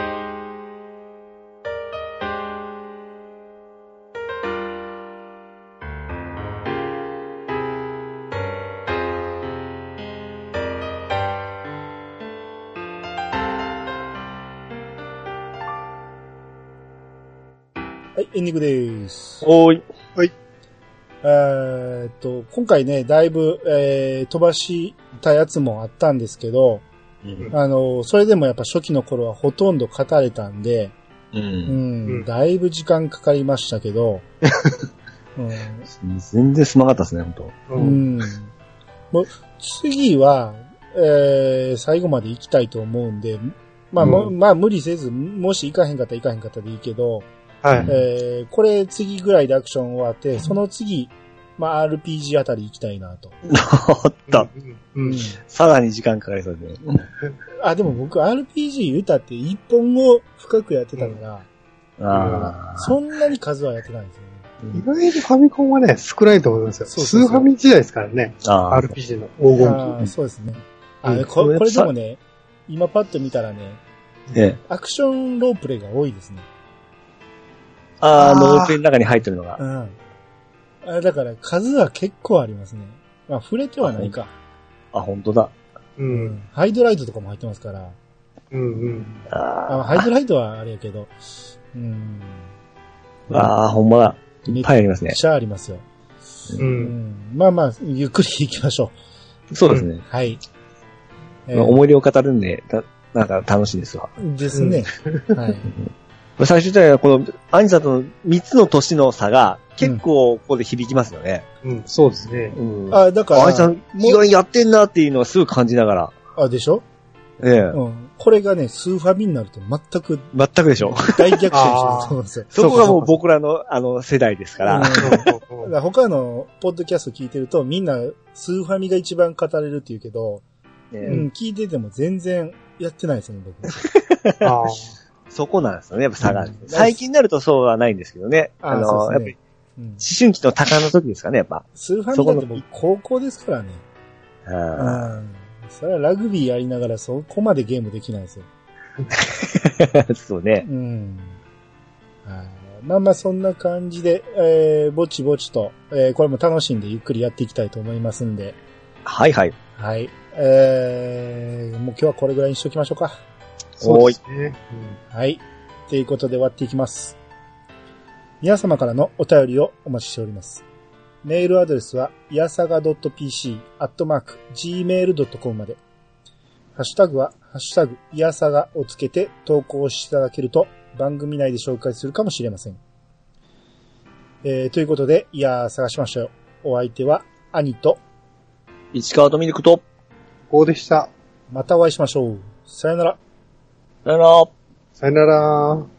はい、エンディングでーす。 おーい。 はい。 えーっと、今回ね、だいぶ、えー、飛ばしたやつもあったんですけど、 うん、あの、それでもやっぱ初期の頃はほとんど語れたんで、 うん。 うん。だいぶ時間かかりましたけど、 うん、全然すまなかったですね、本当。 うん。もう次は、えー、最後まで行きたいと思うんで、まあ、うん、まあ無理せず、もし行かへんかったら行かへんかったでいいけど、 はい。 えー、これ次ぐらいでアクション終わって、その次、まあ アールピージー あたり行きたいなと。 おっと、うんうん。さらに時間かかりそうで。 あ、でも僕 アールピージー 言うたって一本を深くやってたから、 うん、あそんなに数はやってないんですよね。 意外とファミコンはね、少ないと思いますよ。そうそうそう、スーファミ時代ですからね。アールピージー の黄金期。 そうですね。あ、うん、こ, これでもね、今パッと見たらね、 ええ、 アクションロープレイが多いですね。 あー、ロープレイの中に入ってるのが。 うん。あ、だから数は結構ありますね。まあ、触れてはないか。 あ、本当だ。 うん。ハイドライトとかも入ってますから。 うんうん。 ああ、ハイドライトはあれやけど。うん。 ああ、ほんまだ。いっぱいありますね。 めっちゃありますよ。うん。うん、まあまあ、ゆっくり行きましょう。そうですね。うん、 はい。 えー、思い出を語るんで、たなんか楽しいですわ。 ですね。うん、はい。 最終的にはこの、アニさんとのみっつの年の差が結構ここで響きますよね。 うん、うん、そうですね。 うん、あ、だから。 アニさん、意外にやってんなっていうのはすごい感じながら。 あ、でしょ？ ええ、 うん。これがね、スーファミになると全く。 全くでしょ。 大逆転してると思うんですよ。 そこがもう僕らの、あの、世代ですから。 うん、他のポッドキャスト聞いてると、みんな、スーファミが一番語れるって言うけど、ね、うん、聞いてても全然やってないですね、僕。 あそこなんですよね、やっぱ差が、うん。最近になるとそうはないんですけどね。あ, あの、ね、やっぱり、思春期の高の時ですかね、やっぱ。 スーファミだって僕高校ですからね。 あそれはラグビーやりながらそこまでゲームできないですよ。 そうね。 うん。まあまあそんな感じで、えー、ぼちぼちと、えー、これも楽しんでゆっくりやっていきたいと思いますんで。 はいはい。 はい。えー、もう今日はこれぐらいにしときましょうか。 そうですね。 はい。ということで終わっていきます。皆様からのお便りをお待ちしております。メールアドレスは、いやさが .pc、アットマーク、ジーメールドットコム まで。ハッシュタグは、ハッシュタグ、いやさがをつけて投稿していただけると、番組内で紹介するかもしれません。えー、ということで、いやー探しましたよ。お相手は、兄と、 市川とミルクと、 こうでした。 またお会いしましょう。さよなら。 さよなら。 さよなら。